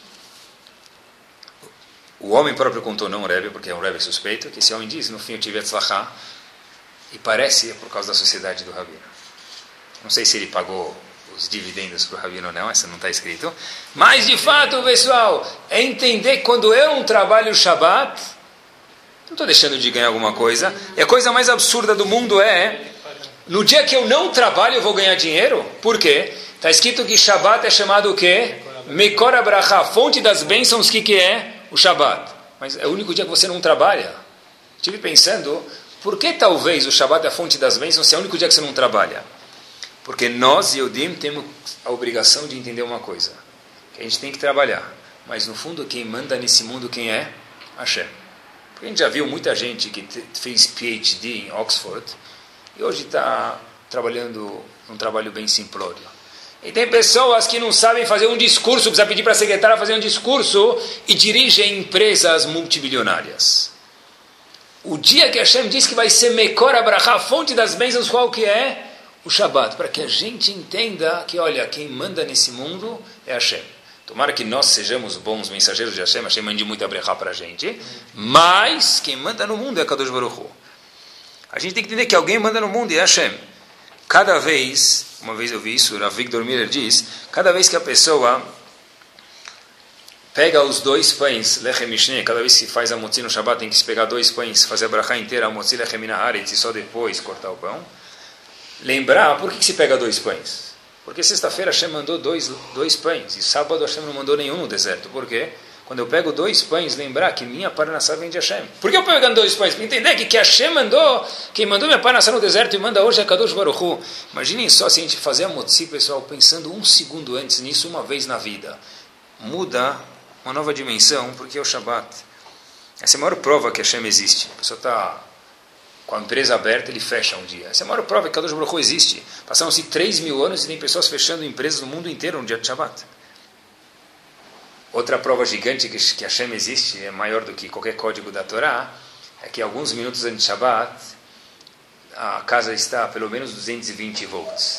O homem próprio contou, não o Rebbe, porque é um Rebbe suspeito, que esse homem diz, no fim eu tive Tzlachá, e parece por causa da sociedade do Rabino. Não sei se ele pagou os dividendos para o Rabino ou não, essa não está escrito. Mas, de fato, pessoal, é entender que quando eu não trabalho o Shabbat, não estou deixando de ganhar alguma coisa. E a coisa mais absurda do mundo é, no dia que eu não trabalho, eu vou ganhar dinheiro? Por quê? Está escrito que Shabbat é chamado o quê? Mekor HaBracha, fonte das bênçãos, o que é? O Shabbat. Mas é o único dia que você não trabalha. Estive pensando, por que talvez o Shabbat é a fonte das bênçãos se é o único dia que você não trabalha? Porque nós, Yehudim, temos a obrigação de entender uma coisa. Que a gente tem que trabalhar. Mas no fundo, quem manda nesse mundo, quem é? Hashem. Porque a gente já viu muita gente que fez PhD em Oxford e hoje está trabalhando um trabalho bem simplório. E tem pessoas que não sabem fazer um discurso, precisa pedir para a secretária fazer um discurso e dirigem empresas multibilionárias. O dia que Hashem diz que vai ser Mekor HaBracha, a fonte das bênçãos, qual que é? O Shabbat, para que a gente entenda que, olha, quem manda nesse mundo é Hashem. Tomara que nós sejamos bons mensageiros de Hashem, Hashem mande muita brechá para a gente, mas quem manda no mundo é Kadosh Baruch Hu. A gente tem que entender que alguém manda no mundo e é Hashem. Cada vez, uma vez eu vi isso, o Victor Miller diz, cada vez que a pessoa pega os 2 pães, lechem mishneh, cada vez que faz a motzi no Shabbat, tem que se pegar 2 pães, fazer a brachá inteira, a motzi lechem minaharetz, e só depois cortar o pão. Lembrar, por que se pega 2 pães? Porque sexta-feira Hashem mandou dois pães, e sábado Hashem não mandou nenhum no deserto. Por quê? Quando eu pego 2 pães, lembrar que minha parnassá vem de Hashem. Por que eu pegando 2 pães? Para entender que Hashem mandou, quem mandou minha parnassá no deserto e manda hoje é Kadosh Baruch Hu. Imaginem só se a gente fazer a motzi, pessoal, pensando 1 segundo antes nisso, uma vez na vida. Muda uma nova dimensão, porque é o Shabbat. Essa é a maior prova que Hashem existe. A pessoa está com a empresa aberta, ele fecha um dia. Essa é a maior prova que Kadosh Baruch Hu existe. Passaram-se 3.000 anos e tem pessoas fechando empresas no mundo inteiro no dia de Shabbat. Outra prova gigante que Hashem existe, é maior do que qualquer código da Torá, é que alguns minutos antes de Shabbat, a casa está a pelo menos 220 volts.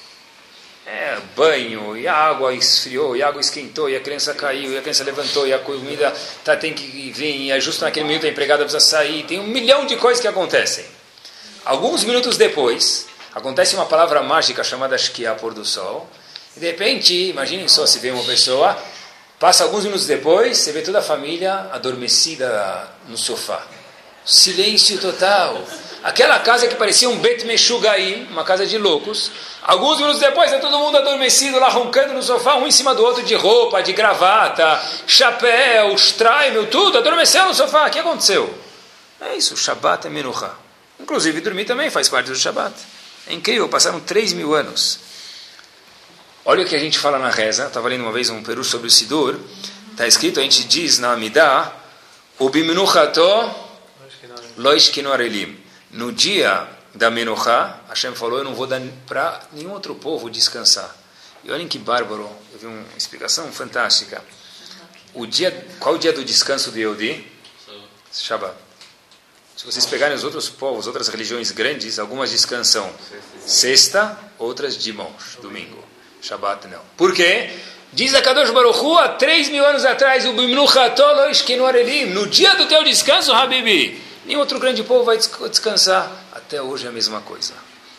Banho, e a água esfriou, e a água esquentou, e a criança caiu, e a criança levantou, e a comida tem que vir, e justo naquele minuto a empregada precisa sair. Tem 1 milhão de coisas que acontecem. Alguns minutos depois, acontece uma palavra mágica chamada Shkia, pôr do sol, e de repente, imaginem só se vê uma pessoa, passa alguns minutos depois, você vê toda a família adormecida no sofá. Silêncio total. Aquela casa que parecia um Bet Meshugaim, uma casa de loucos. Alguns minutos depois, está todo mundo adormecido lá, roncando no sofá, um em cima do outro, de roupa, de gravata, chapéu, straimel, tudo, adormeceu no sofá. O que aconteceu? É isso, Shabbat é Menuchá. Inclusive, dormir também faz parte do Shabbat. É incrível, passaram 3.000 anos. Olha o que a gente fala na reza. Estava lendo uma vez um peru sobre o Sidur. Está escrito, a gente diz na Amidah, o Bimenuchato lo ishkinu arelim. No dia da Menuchá, Hashem falou, eu não vou dar para nenhum outro povo descansar. E olhem que bárbaro, eu vi uma explicação fantástica. Qual o dia do descanso do Yehudi? Shabbat. Se vocês pegarem os outros povos, outras religiões grandes, algumas descansam sexta, outras domingo. Shabbat não. Por quê? Diz a Kadosh Baruch Hu, há 3.000 anos atrás, o Bimnuchato lo ishkenu arelim. No dia do teu descanso, Habibi, nenhum outro grande povo vai descansar. Até hoje é a mesma coisa.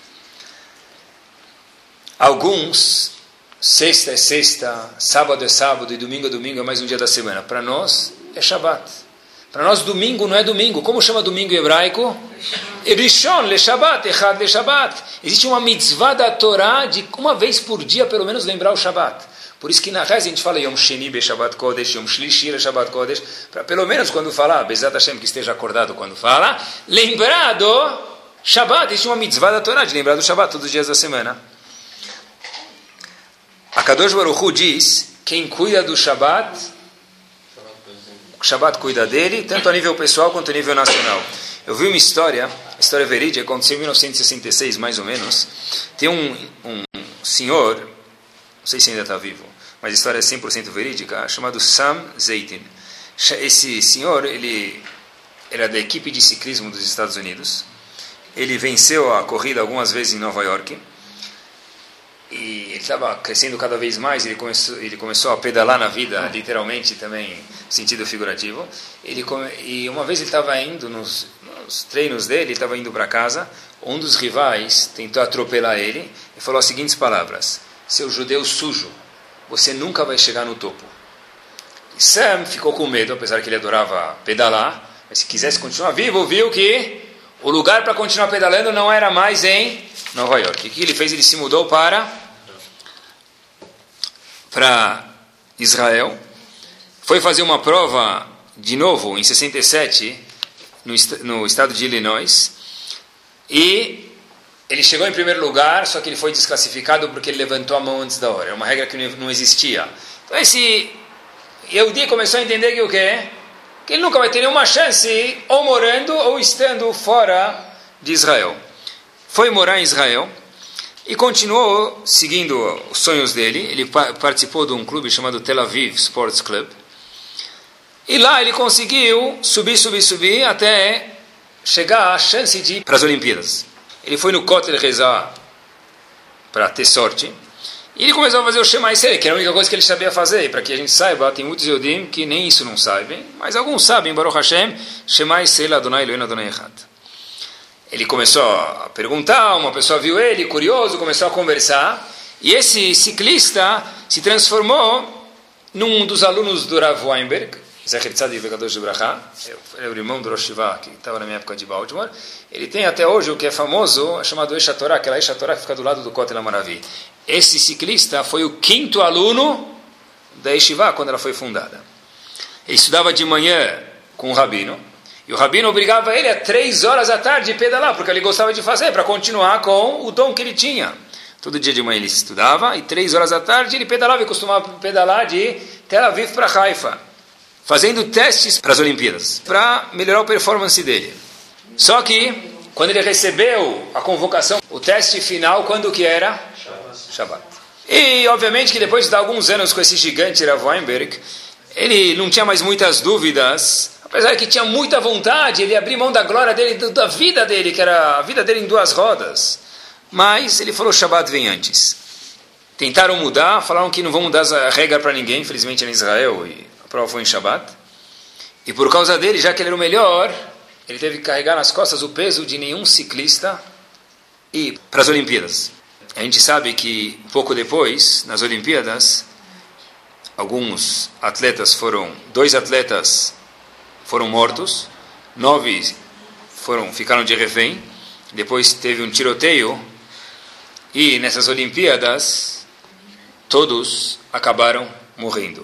Alguns, sexta é sexta, sábado é sábado e domingo é domingo, é mais um dia da semana. Para nós, é Shabbat. Para nós, domingo não é domingo. Como chama domingo em hebraico? Rishon le Shabbat, Echad le Shabbat. Existe uma mitzvah da Torá de uma vez por dia, pelo menos, lembrar o Shabbat. Por isso que na reza a gente fala Yom Sheni be Shabbat Kodesh, Yom Shlishi le Shabbat Kodesh, para pelo menos quando falar, Bezat Hashem que esteja acordado quando fala, lembrar do Shabbat. Existe uma mitzvah da Torá de lembrar do Shabbat todos os dias da semana. A Kadosh Baruch Hu diz, quem cuida do Shabbat, o Shabbat cuida dele, tanto a nível pessoal quanto a nível nacional. Eu vi uma história verídica, aconteceu em 1966 mais ou menos. Tem um senhor, não sei se ainda está vivo, mas a história é 100% verídica, chamado Sam Zeitin. Esse senhor, ele era da equipe de ciclismo dos Estados Unidos, ele venceu a corrida algumas vezes em Nova York. E ele estava crescendo cada vez mais, ele começou a pedalar na vida, literalmente também, no sentido figurativo. E uma vez ele estava indo, nos treinos dele, ele estava indo para casa, um dos rivais tentou atropelar ele e falou as seguintes palavras: seu judeu sujo, você nunca vai chegar no topo. E Sam ficou com medo, apesar que ele adorava pedalar, mas se quisesse continuar vivo, viu que o lugar para continuar pedalando não era mais em Nova York. O que ele fez? Ele se mudou para Israel, foi fazer uma prova de novo em 67 no estado de Illinois, e ele chegou em primeiro lugar, só que ele foi desclassificado porque ele levantou a mão antes da hora. É uma regra que não existia. Então esse Yehudi começou a entender que o quê? Que ele nunca vai ter nenhuma chance, ou morando ou estando fora de Israel. Foi morar em Israel e continuou seguindo os sonhos dele. Ele participou de um clube chamado Tel Aviv Sports Club. E lá ele conseguiu subir até chegar à chance de ir para as Olimpíadas. Ele foi no Kotel rezar para ter sorte. E ele começou a fazer o Shema Israel, que era a única coisa que ele sabia fazer. E para que a gente saiba, tem muitos Yodim que nem isso não sabem. Mas alguns sabem, Baruch Hashem, Shema Israel Adonai Eloheinu Adonai Echad. Ele começou a perguntar, uma pessoa viu ele, curioso, começou a conversar, e esse ciclista se transformou num dos alunos do Rav Weinberg, Zecher Tzadik Vekadosh Bracha, ele é o irmão do Rosh Yeshiva, que estava na minha época de Baltimore. Ele tem até hoje o que é famoso, chamado Eish HaTorah, aquela Eish HaTorah que fica do lado do Kotel HaMaravi. Esse ciclista foi o 5º aluno da Yeshiva quando ela foi fundada. Ele estudava de manhã com o rabino, e o rabino obrigava ele a 3 horas da tarde pedalar, porque ele gostava de fazer, para continuar com o dom que ele tinha. Todo dia de manhã ele estudava, e 3 horas da tarde ele pedalava, e costumava pedalar de Tel Aviv para Haifa, fazendo testes para as Olimpíadas, para melhorar a performance dele. Só que, quando ele recebeu a convocação, o teste final, quando que era? Shabbat. E, obviamente, que depois de alguns anos com esse gigante Rav Weinberg, ele não tinha mais muitas dúvidas. Apesar que tinha muita vontade, ele abriu mão da glória dele, da vida dele, que era a vida dele em 2 rodas. Mas ele falou, Shabbat vem antes. Tentaram mudar, falaram que não vão mudar a regra para ninguém, infelizmente era em Israel, e a prova foi em Shabbat. E por causa dele, já que ele era o melhor, ele teve que carregar nas costas o peso de nenhum ciclista e para as Olimpíadas. A gente sabe que, pouco depois, nas Olimpíadas, alguns atletas 2 atletas foram mortos, 9 ficaram de refém, depois teve um tiroteio, e nessas Olimpíadas, todos acabaram morrendo.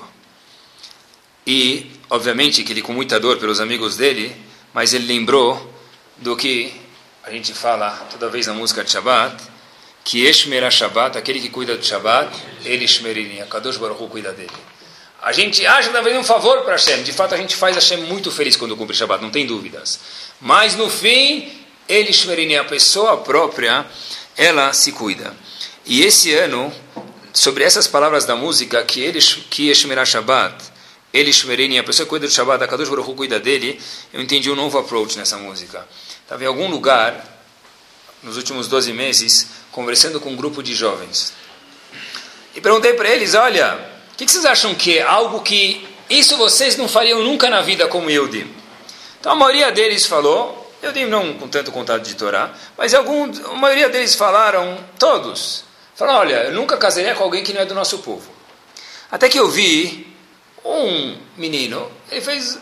E, obviamente, que ele com muita dor pelos amigos dele, mas ele lembrou do que a gente fala toda vez na música de Shabbat, que Eshmerah Shabbat, aquele que cuida do Shabbat, ele Shmerini, a Kadosh Baruch Hu cuida dele. A gente acha que está fazendo um favor para Hashem. De fato, a gente faz Hashem muito feliz quando cumpre Shabbat, não tem dúvidas. Mas, no fim, ele Shmerini, a pessoa própria, ela se cuida. E esse ano, sobre essas palavras da música, que Eshmerah Shabbat, ele Shmerini, a pessoa que cuida do Shabbat, a Kadosh Baruch Hu cuida dele, eu entendi um novo approach nessa música. Estava em algum lugar, nos últimos 12 meses, conversando com um grupo de jovens. E perguntei para eles, olha, o que vocês acham que é algo que isso vocês não fariam nunca na vida como Yehudim? Então a maioria deles falou, Yehudim não com tanto contato de Torá, mas a maioria deles falaram, todos, falaram, olha, eu nunca casaria com alguém que não é do nosso povo. Até que eu vi um menino, ele fez,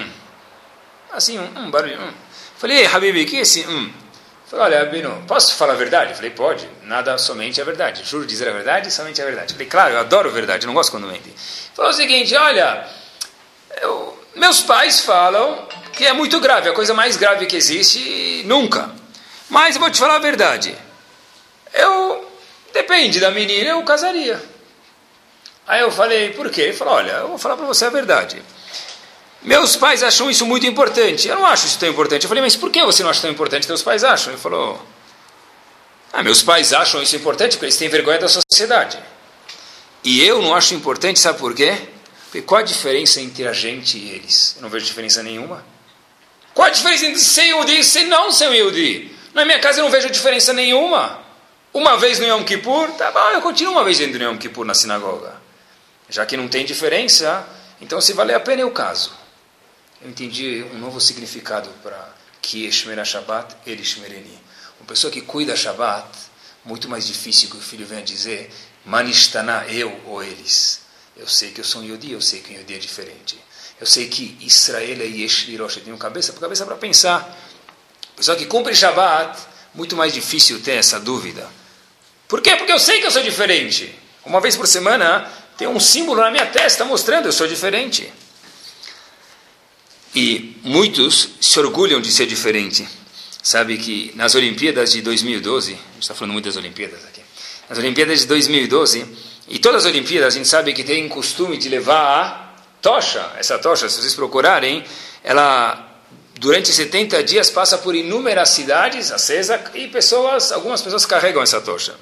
assim, barulho. Falei, Habibi, o que é esse, Falei, olha, Bino, posso falar a verdade? Falei, pode, nada somente é verdade. Juro dizer a verdade, somente é a verdade. Falei, claro, eu adoro verdade, não gosto quando mentem. Falou o seguinte, olha, meus pais falam que é muito grave, a coisa mais grave que existe, nunca. Mas eu vou te falar a verdade. Depende da menina, eu casaria. Aí eu falei, por quê? Ele falou, olha, eu vou falar para você a verdade. Meus pais acham isso muito importante. Eu não acho isso tão importante. Eu falei, mas por que você não acha tão importante? Teus pais acham. Ele falou, meus pais acham isso importante porque eles têm vergonha da sociedade. E eu não acho importante, sabe por quê? Porque qual a diferença entre a gente e eles? Eu não vejo diferença nenhuma. Qual a diferença entre ser Yehudi e ser não ser Yehudi? Na minha casa eu não vejo diferença nenhuma. Uma vez no Yom Kippur, tá bom, eu continuo uma vez dentro do Yom Kippur na sinagoga. Já que não tem diferença, então se valer a pena eu caso. Eu entendi um novo significado para Ki Eshmera Shabbat, Eli Shmereni. Uma pessoa que cuida Shabbat, muito mais difícil que o filho venha dizer, Manistana, eu ou eles. Eu sei que eu sou um Yodi, eu sei que um Yodi é diferente. Eu sei que Israel é Yesh Lirosh, eu tenho cabeça para pensar. A pessoa que cumpre Shabbat, muito mais difícil ter essa dúvida. Por quê? Porque eu sei que eu sou diferente. Uma vez por semana, tem um símbolo na minha testa mostrando que eu sou diferente. E muitos se orgulham de ser diferente. Sabe que nas Olimpíadas de 2012, a gente está falando muito das Olimpíadas aqui, nas Olimpíadas de 2012, e todas as Olimpíadas a gente sabe que tem costume de levar a tocha. Essa tocha, se vocês procurarem, ela durante 70 dias passa por inúmeras cidades acesa e algumas pessoas carregam essa tocha.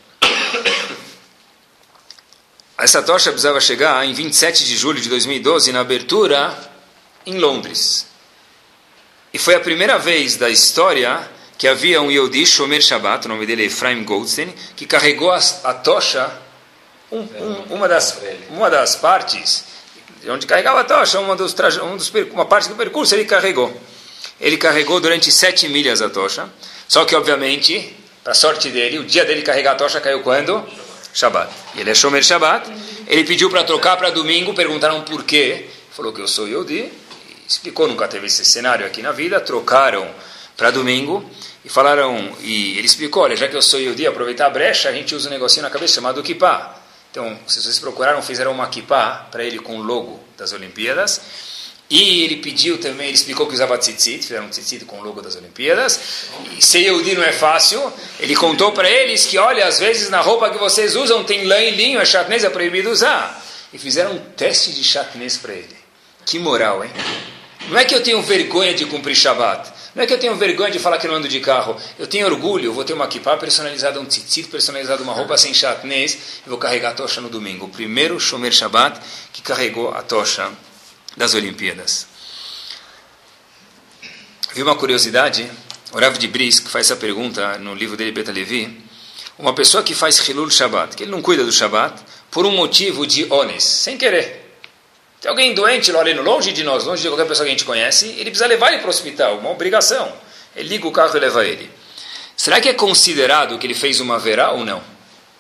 Essa tocha precisava chegar em 27 de julho de 2012 na abertura em Londres. E foi a primeira vez da história que havia um Yehudi, Shomer Shabbat, o nome dele é Ephraim Goldstein, que carregou a tocha, uma das partes, onde carregava a tocha, uma parte do percurso ele carregou. Ele carregou durante 7 milhas a tocha, só que obviamente, para a sorte dele, o dia dele carregar a tocha caiu quando? Shabbat. E ele é Shomer Shabbat, ele pediu para trocar para domingo, perguntaram por quê, falou que eu sou Yehudi, explicou, nunca teve esse cenário aqui na vida, trocaram para domingo, e falaram, e ele explicou, olha, já que eu sou Yehudi, aproveitar a brecha, a gente usa um negocinho na cabeça chamado kippah. Então, se vocês procuraram, fizeram uma kippah para ele com o logo das Olimpíadas, e ele pediu também, ele explicou que usava tzitzit, fizeram um tzitzit com o logo das Olimpíadas, e ser Yehudi não é fácil, ele contou para eles que, olha, às vezes na roupa que vocês usam tem lã e linho, a chatnez é proibido usar, e fizeram um teste de chatnez para ele. Que moral, hein? Não é que eu tenho vergonha de cumprir Shabbat, não é que eu tenho vergonha de falar que não ando de carro, eu tenho orgulho, eu vou ter uma kippah personalizada, um tzitzit personalizado, uma roupa sem chatnez, e vou carregar a tocha no domingo. O primeiro Shomer Shabbat que carregou a tocha das Olimpíadas. Vi uma curiosidade, o Rav de Brisk faz essa pergunta no livro dele, Beta Levi, uma pessoa que faz Hilul Shabbat, que ele não cuida do Shabbat, por um motivo de ones, sem querer. Tem alguém doente lá longe de nós, longe de qualquer pessoa que a gente conhece, ele precisa levar ele para o hospital, uma obrigação. Ele liga o carro e leva ele. Será que é considerado que ele fez uma verá ou não?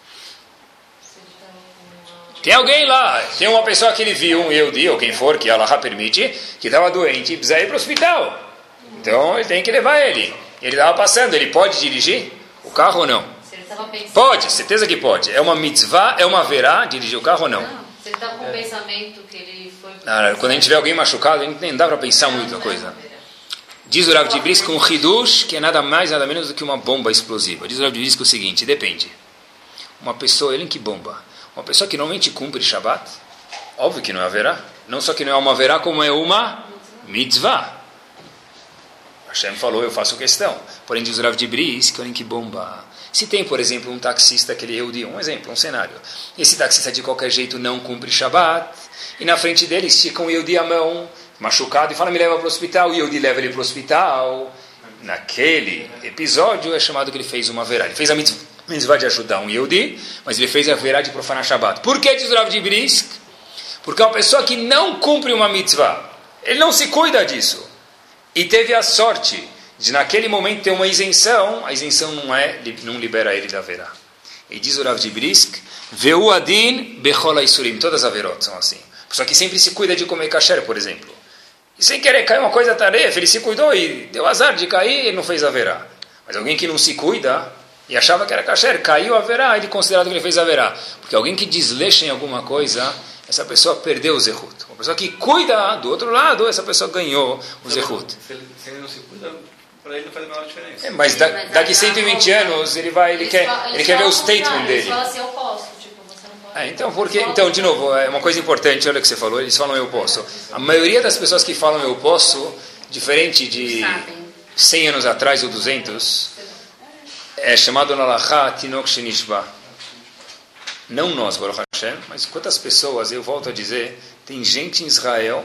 Tem alguém lá, tem uma pessoa que ele viu, um Yehudi, ou quem for, que Allah permite, que estava doente e precisa ir para o hospital. Então ele tem que levar ele. Ele estava passando, ele pode dirigir o carro ou não? Pode, certeza que pode. É uma mitzvah, é uma verá dirigir o carro ou não? Não, você está com o pensamento que ele foi... Quando a gente vê alguém machucado, a gente nem dá para pensar muito na coisa. Diz o Rav de Brisk um hidush, que é nada mais, nada menos do que uma bomba explosiva. Diz o Rav de Brisk o seguinte, depende. Uma pessoa, ele que bomba? Uma pessoa que normalmente cumpre Shabbat, óbvio que não haverá. Não só que não é uma verá, como é uma mitzvah. Hashem falou, eu faço questão. Porém, diz o Rav de Brisk, olhem que bomba. Se tem, por exemplo, um taxista que ele é Yehudi, um exemplo, um cenário. Esse taxista de qualquer jeito não cumpre Shabbat, e na frente dele estica um Yehudi a mão, machucado, e fala, me leva para o hospital, o Yehudi leva ele para o hospital. Naquele episódio é chamado que ele fez uma verá. Ele fez a mitzvah de ajudar um Yehudi, mas ele fez a verá de profanar Shabbat. Por que diz o Rav de Brisk? Porque é uma pessoa que não cumpre uma mitzvah. Ele não se cuida disso. E teve a sorte de naquele momento ter uma isenção, a isenção não libera ele da verá. E diz o Rav de Brisk, Veu adin bechol haisurim, todas as averot são assim. Pessoa que sempre se cuida de comer kasher, por exemplo. E sem querer cair uma coisa tarefa, ele se cuidou e deu azar de cair, ele não fez a verá. Mas alguém que não se cuida e achava que era kasher, caiu a verá, ele considerado que ele fez a verá. Porque alguém que desleixa em alguma coisa, essa pessoa perdeu o zehut. Uma pessoa que cuida do outro lado, essa pessoa ganhou o zehut. Se ele não se cuida, para ele não faz a menor diferença. Mas daqui 120 anos, ele quer ver o statement dele. Eles falam assim, eu posso. Tipo, você não pode. Então, de novo, é uma coisa importante, olha o que você falou, eles falam eu posso. A maioria das pessoas que falam eu posso, diferente de 100 anos atrás ou 200, é chamado na Halachá Tinok Shenishba. Não nós, Baruch Hashem, mas quantas pessoas, eu volto a dizer, tem gente em Israel,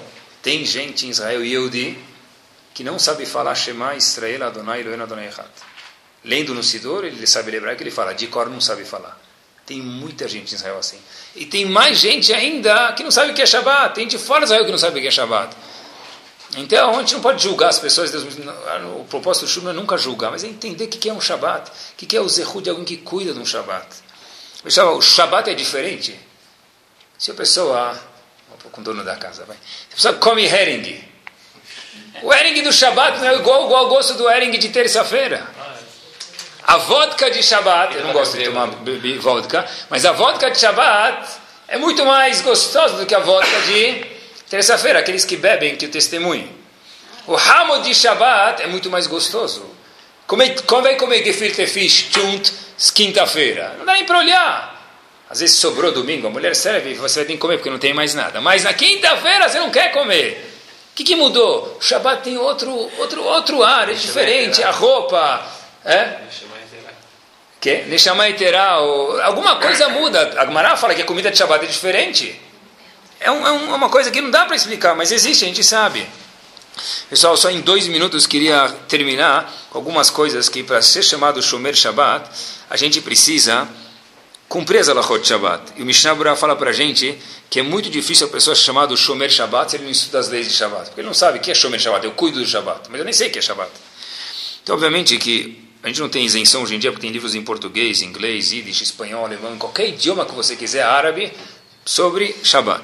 Yehudi, que não sabe falar Shema Israel Adonai Eloheinu Adonai Echad. lendo no Siddur, ele sabe lembrar que ele fala, de cor não sabe falar. Tem muita gente em Israel assim. E tem mais gente ainda que não sabe o que é Shabbat. Tem gente fora de Israel que não sabe o que é Shabbat. Então, a gente não pode julgar as pessoas. O propósito do Shur não é nunca julgar, mas é entender o que é um Shabbat. O que é o zehut de alguém que cuida de um Shabbat. Pessoal, o Shabbat é diferente. Se a pessoa... com o dono da casa, vai. Se a pessoa come herring. O herring do Shabbat não é igual ao gosto do herring de terça-feira. A vodka de Shabbat, eu não gosto de tomar vodka, mas a vodka de Shabbat é muito mais gostosa do que a vodka de terça-feira, aqueles que bebem, que o testemunho. O ramo de Shabbat é muito mais gostoso. Vai comer gefilte fish chunt quinta-feira? Não dá nem para olhar. Às vezes sobrou domingo, a mulher serve e você vai ter que comer porque não tem mais nada. Mas na quinta-feira você não quer comer. O que mudou? O Shabbat tem outro ar, é diferente, a roupa... Que? Neshama Iterá, alguma coisa muda. A Gemara fala que a comida de Shabbat é diferente. É uma coisa que não dá para explicar, mas existe, a gente sabe. Pessoal, só em 2 minutos queria terminar com algumas coisas que para ser chamado Shomer Shabbat, a gente precisa cumprir as halachot de Shabbat. E o Mishnah Berurah fala para a gente que é muito difícil a pessoa ser chamada Shomer Shabbat se ele não estuda as leis de Shabbat. Porque ele não sabe o que é Shomer Shabbat, eu cuido do Shabbat, mas eu nem sei o que é Shabbat. Então, obviamente que a gente não tem isenção hoje em dia, porque tem livros em português, inglês, yiddish, espanhol, alemão, qualquer idioma que você quiser, árabe, sobre Shabbat.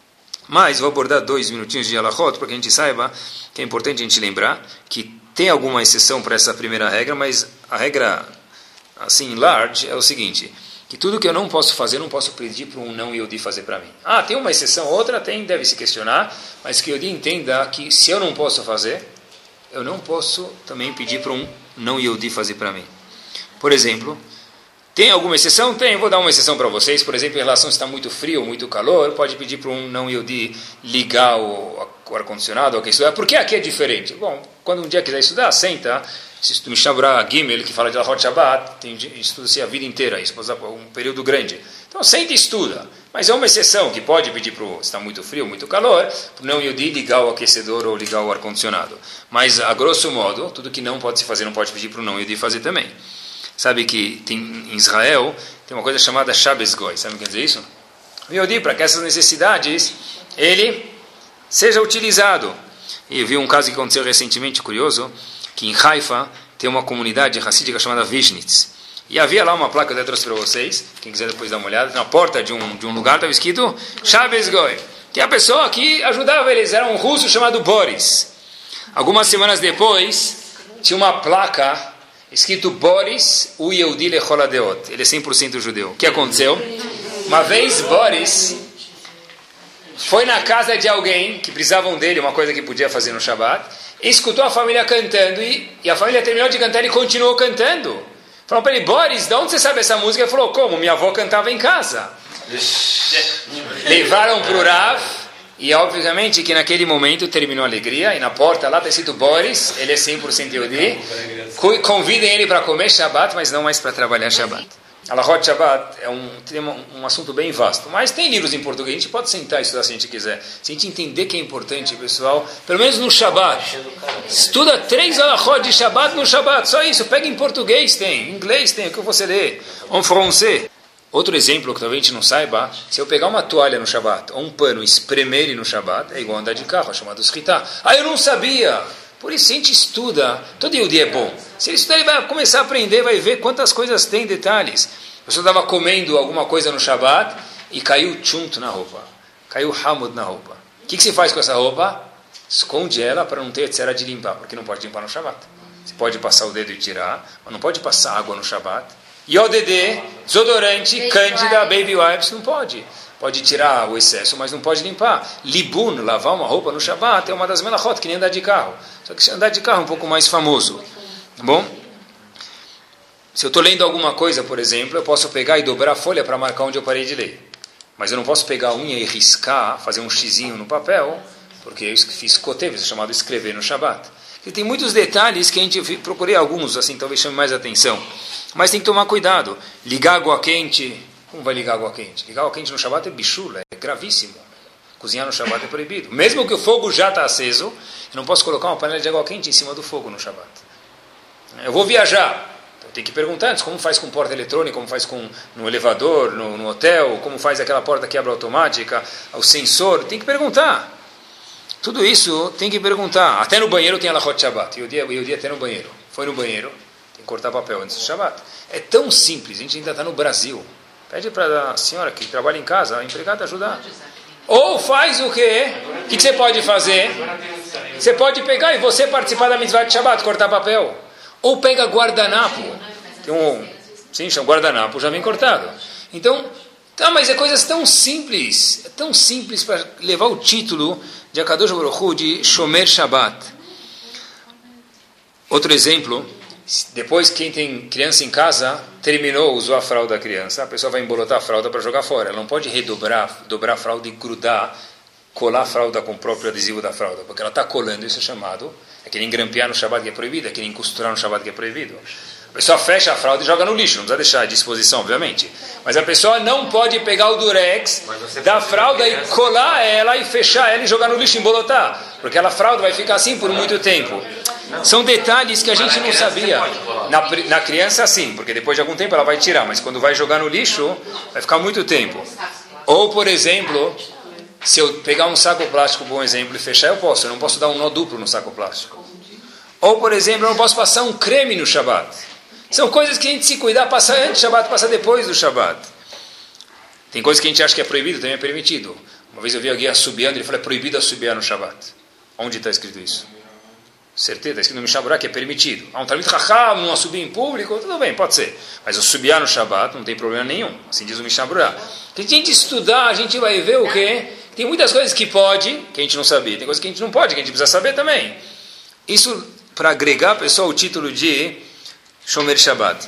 Mas vou abordar 2 minutinhos de halachot, para que a gente saiba que é importante a gente lembrar que tem alguma exceção para essa primeira regra, mas a regra, assim, large, é o seguinte, que tudo que eu não posso fazer, eu não posso pedir para um não Yehudi fazer para mim. Tem uma exceção, outra tem, deve se questionar, mas que o Yehudi entenda que se eu não posso fazer, eu não posso também pedir para um não Yehudi fazer para mim. Por exemplo, tem alguma exceção? Tem, vou dar uma exceção para vocês. Por exemplo, em relação se está muito frio ou muito calor, pode pedir para um não Yehudi ligar o ar-condicionado ou que estudar. Por que aqui é diferente? Bom, quando um dia quiser estudar, senta. Se Mishnah Berurah Gimel, que fala de Halachot Shabbat, estuda-se a vida inteira, isso pode dar um período grande. Então, senta e estuda. Mas é uma exceção que pode pedir para se está muito frio ou muito calor, para não Yehudi ligar o aquecedor ou ligar o ar-condicionado. Mas, a grosso modo, tudo que não pode se fazer, não pode pedir para o não Yehudi fazer também. Sabe que em Israel tem uma coisa chamada Shabbos Goy. Sabe o que quer dizer isso? O Yehudi, para que essas necessidades, ele seja utilizado. E eu vi um caso que aconteceu recentemente, curioso, que em Haifa tem uma comunidade hassídica chamada Vishnitz. E havia lá uma placa que eu trouxe para vocês, quem quiser depois dar uma olhada, na porta de um lugar estava escrito Shabbos Goy, que a pessoa que ajudava eles era um russo chamado Boris. Algumas semanas depois, tinha uma placa escrito Boris, o Yehudi lechol hadeot. Ele é 100% judeu. O que aconteceu? Uma vez Boris foi na casa de alguém que precisavam dele, uma coisa que podia fazer no Shabbat, e escutou a família cantando, e a família terminou de cantar e continuou cantando. Falaram para ele, Boris, de onde você sabe essa música? Ele falou, como? Minha avó cantava em casa. Levaram para o Rav, e obviamente que naquele momento terminou a alegria, e na porta lá está escrito Boris, ele é 100% Yehudi, convidem ele para comer Shabbat, mas não mais para trabalhar Shabbat. Halachot Shabbat é um assunto bem vasto, mas tem livros em português, a gente pode sentar e estudar se a gente quiser. Se a gente entender que é importante, pessoal, pelo menos no Shabbat, estuda 3 halachot de Shabbat no Shabbat, só isso, pega em português, tem, em inglês tem, o que você lê, en français. Outro exemplo que talvez a gente não saiba, se eu pegar uma toalha no Shabbat, ou um pano e espremer ele no Shabbat, é igual andar de carro, é chamado Shritá. Eu não sabia! Por isso a gente estuda, todo Yehudi é bom. Se ele estudar, ele vai começar a aprender, vai ver quantas coisas tem, detalhes. A pessoa estava comendo alguma coisa no Shabbat e caiu chunt na roupa, caiu hamud na roupa. O que se faz com essa roupa? Esconde ela para não ter etc. de limpar, porque não pode limpar no Shabbat. Você pode passar o dedo e tirar, mas não pode passar água no Shabbat. E ODD, desodorante, cândida, baby wipes, não pode. Pode tirar o excesso, mas não pode limpar. Libun, lavar uma roupa no Shabbat, é uma das melachot, que nem andar de carro. Só que andar de carro é um pouco mais famoso. Tá bom? Se eu estou lendo alguma coisa, por exemplo, eu posso pegar e dobrar a folha para marcar onde eu parei de ler. Mas eu não posso pegar a unha e riscar, fazer um xizinho no papel, porque eu fiz kotev, isso é chamado escrever no Shabbat. E tem muitos detalhes que a gente procurei alguns, assim, talvez chame mais atenção. Mas tem que tomar cuidado. Ligar água quente. Como vai ligar água quente? Ligar água quente no Shabbat é bichula, é gravíssimo. Cozinhar no Shabbat é proibido. Mesmo que o fogo já está aceso, eu não posso colocar uma panela de água quente em cima do fogo no Shabbat. Eu vou viajar. Então tem que perguntar antes, como faz com porta eletrônica, como faz no elevador, no hotel, como faz aquela porta que abre automática, o sensor, tem que perguntar. Tudo isso tem que perguntar. Até no banheiro tem alahot Shabbat. E o dia até no banheiro. Foi no banheiro, tem que cortar papel antes do Shabbat. É tão simples, a gente ainda está no Brasil. Pede para a senhora que trabalha em casa, a empregada ajudar. Ou faz o quê? O que você pode fazer? Você pode pegar e você participar da mitzvah de Shabbat, cortar papel. Ou pega guardanapo. Sim, chama guardanapo, já vem cortado. Então, mas é coisas tão simples. É tão simples para levar o título de Akadosh Baruch Hu de Shomer Shabbat. Outro exemplo, depois quem tem criança em casa, usou a fralda da criança, a pessoa vai embolotar a fralda para jogar fora. Ela não pode dobrar a fralda e grudar, colar a fralda com o próprio adesivo da fralda, porque ela está colando, isso é chamado, é que nem grampear no Shabbat que é proibido, é que nem costurar no Shabbat que é proibido. A pessoa fecha a fralda e joga no lixo, não precisa deixar à disposição, obviamente. Mas a pessoa não pode pegar o durex da fralda e colar ela e fechar ela e jogar no lixo e embolotar, porque a fralda vai ficar assim por muito tempo. São detalhes que a gente não sabia. Na criança, sim, porque depois de algum tempo ela vai tirar, mas quando vai jogar no lixo, vai ficar muito tempo. Ou, por exemplo, se eu pegar um saco plástico, bom exemplo, e fechar, eu não posso dar um nó duplo no saco plástico. Ou, por exemplo, eu não posso passar um creme no Shabbat. São coisas que a gente se cuidar, passar antes do Shabbat, passar depois do Shabbat. Tem coisas que a gente acha que é proibido, também é permitido. Uma vez eu vi alguém assobiando, ele falou, é proibido assobiar no Shabbat. Onde está escrito isso? Certeza, está escrito no Mishnah Berurah que é permitido. Um Talmid Chacham, não assobia em público, tudo bem, pode ser. Mas assobiar no Shabbat não tem problema nenhum. Assim diz o Mishnah Berurah. Se a gente estudar, a gente vai ver o quê? Tem muitas coisas que pode, que a gente não sabia. Tem coisas que a gente não pode, que a gente precisa saber também. Isso para agregar, pessoal, o título de Shomer Shabbat.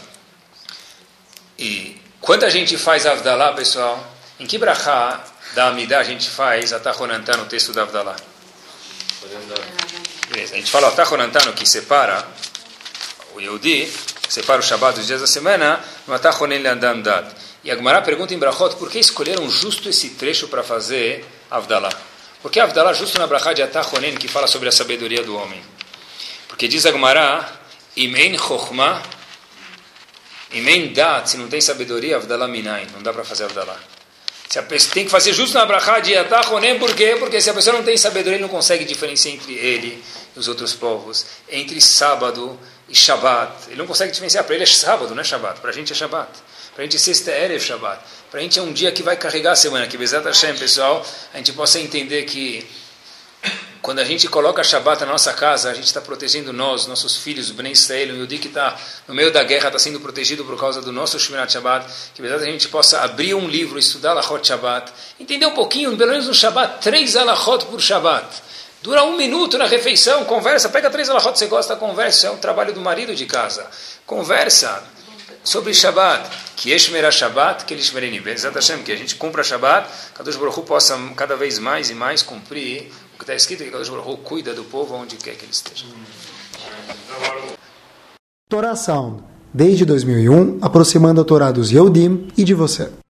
E quanta gente faz Avdalá, pessoal? Em que brachá da Amidah a gente faz Atachonantá no texto da Avdalá? Beleza. A gente fala Atachonantá que separa o Yehudi, separa o Shabbat dos dias da semana, no Atachonen Le'adam Dat. E a Gemara pergunta em Brachot, por que escolheram justo esse trecho para fazer Avdalá? Por que Avdalá justo na brachá de Atachonen, que fala sobre a sabedoria do homem? Porque diz a Gemara, Imen Chochma, Imen Dat, se não tem sabedoria, Avdalá Minayin, não dá para fazer Avdalá. Se a pessoa tem que fazer justo na brachá de Atachonen, por quê? Porque se a pessoa não tem sabedoria, ele não consegue diferenciar entre ele e os outros povos, entre sábado e Shabbat. Ele não consegue diferenciar, para ele é sábado, não é Shabbat, para a gente é Shabbat. Para a gente sexta é Erev Shabbat. Para a gente é um dia que vai carregar a semana, que Bezat Hashem, pessoal, a gente possa entender que quando a gente coloca Shabbat na nossa casa, a gente está protegendo nós, nossos filhos, o Bnei Israel, o Yehudi que está no meio da guerra, está sendo protegido por causa do nosso Shmirat Shabbat, que a gente possa abrir um livro, estudar Alachot Shabbat, entender um pouquinho, pelo menos no Shabbat, 3 Alachot por Shabbat. Dura 1 minuto na refeição, conversa, pega 3 Alachot que você gosta, conversa, é um trabalho do marido de casa. Conversa sobre Shabbat, que Yeshmerah Shabbat, que Yeshmereni Bezat Hashem, que a gente cumpra Shabbat, Kadosh Baruch Hu possa cada vez mais e mais cumprir o que está escrito, que Kadosh Baruch Hu cuida do povo onde quer que ele esteja. Torá Sound, desde 2001, aproximando a Torá dos Yehudim e de você.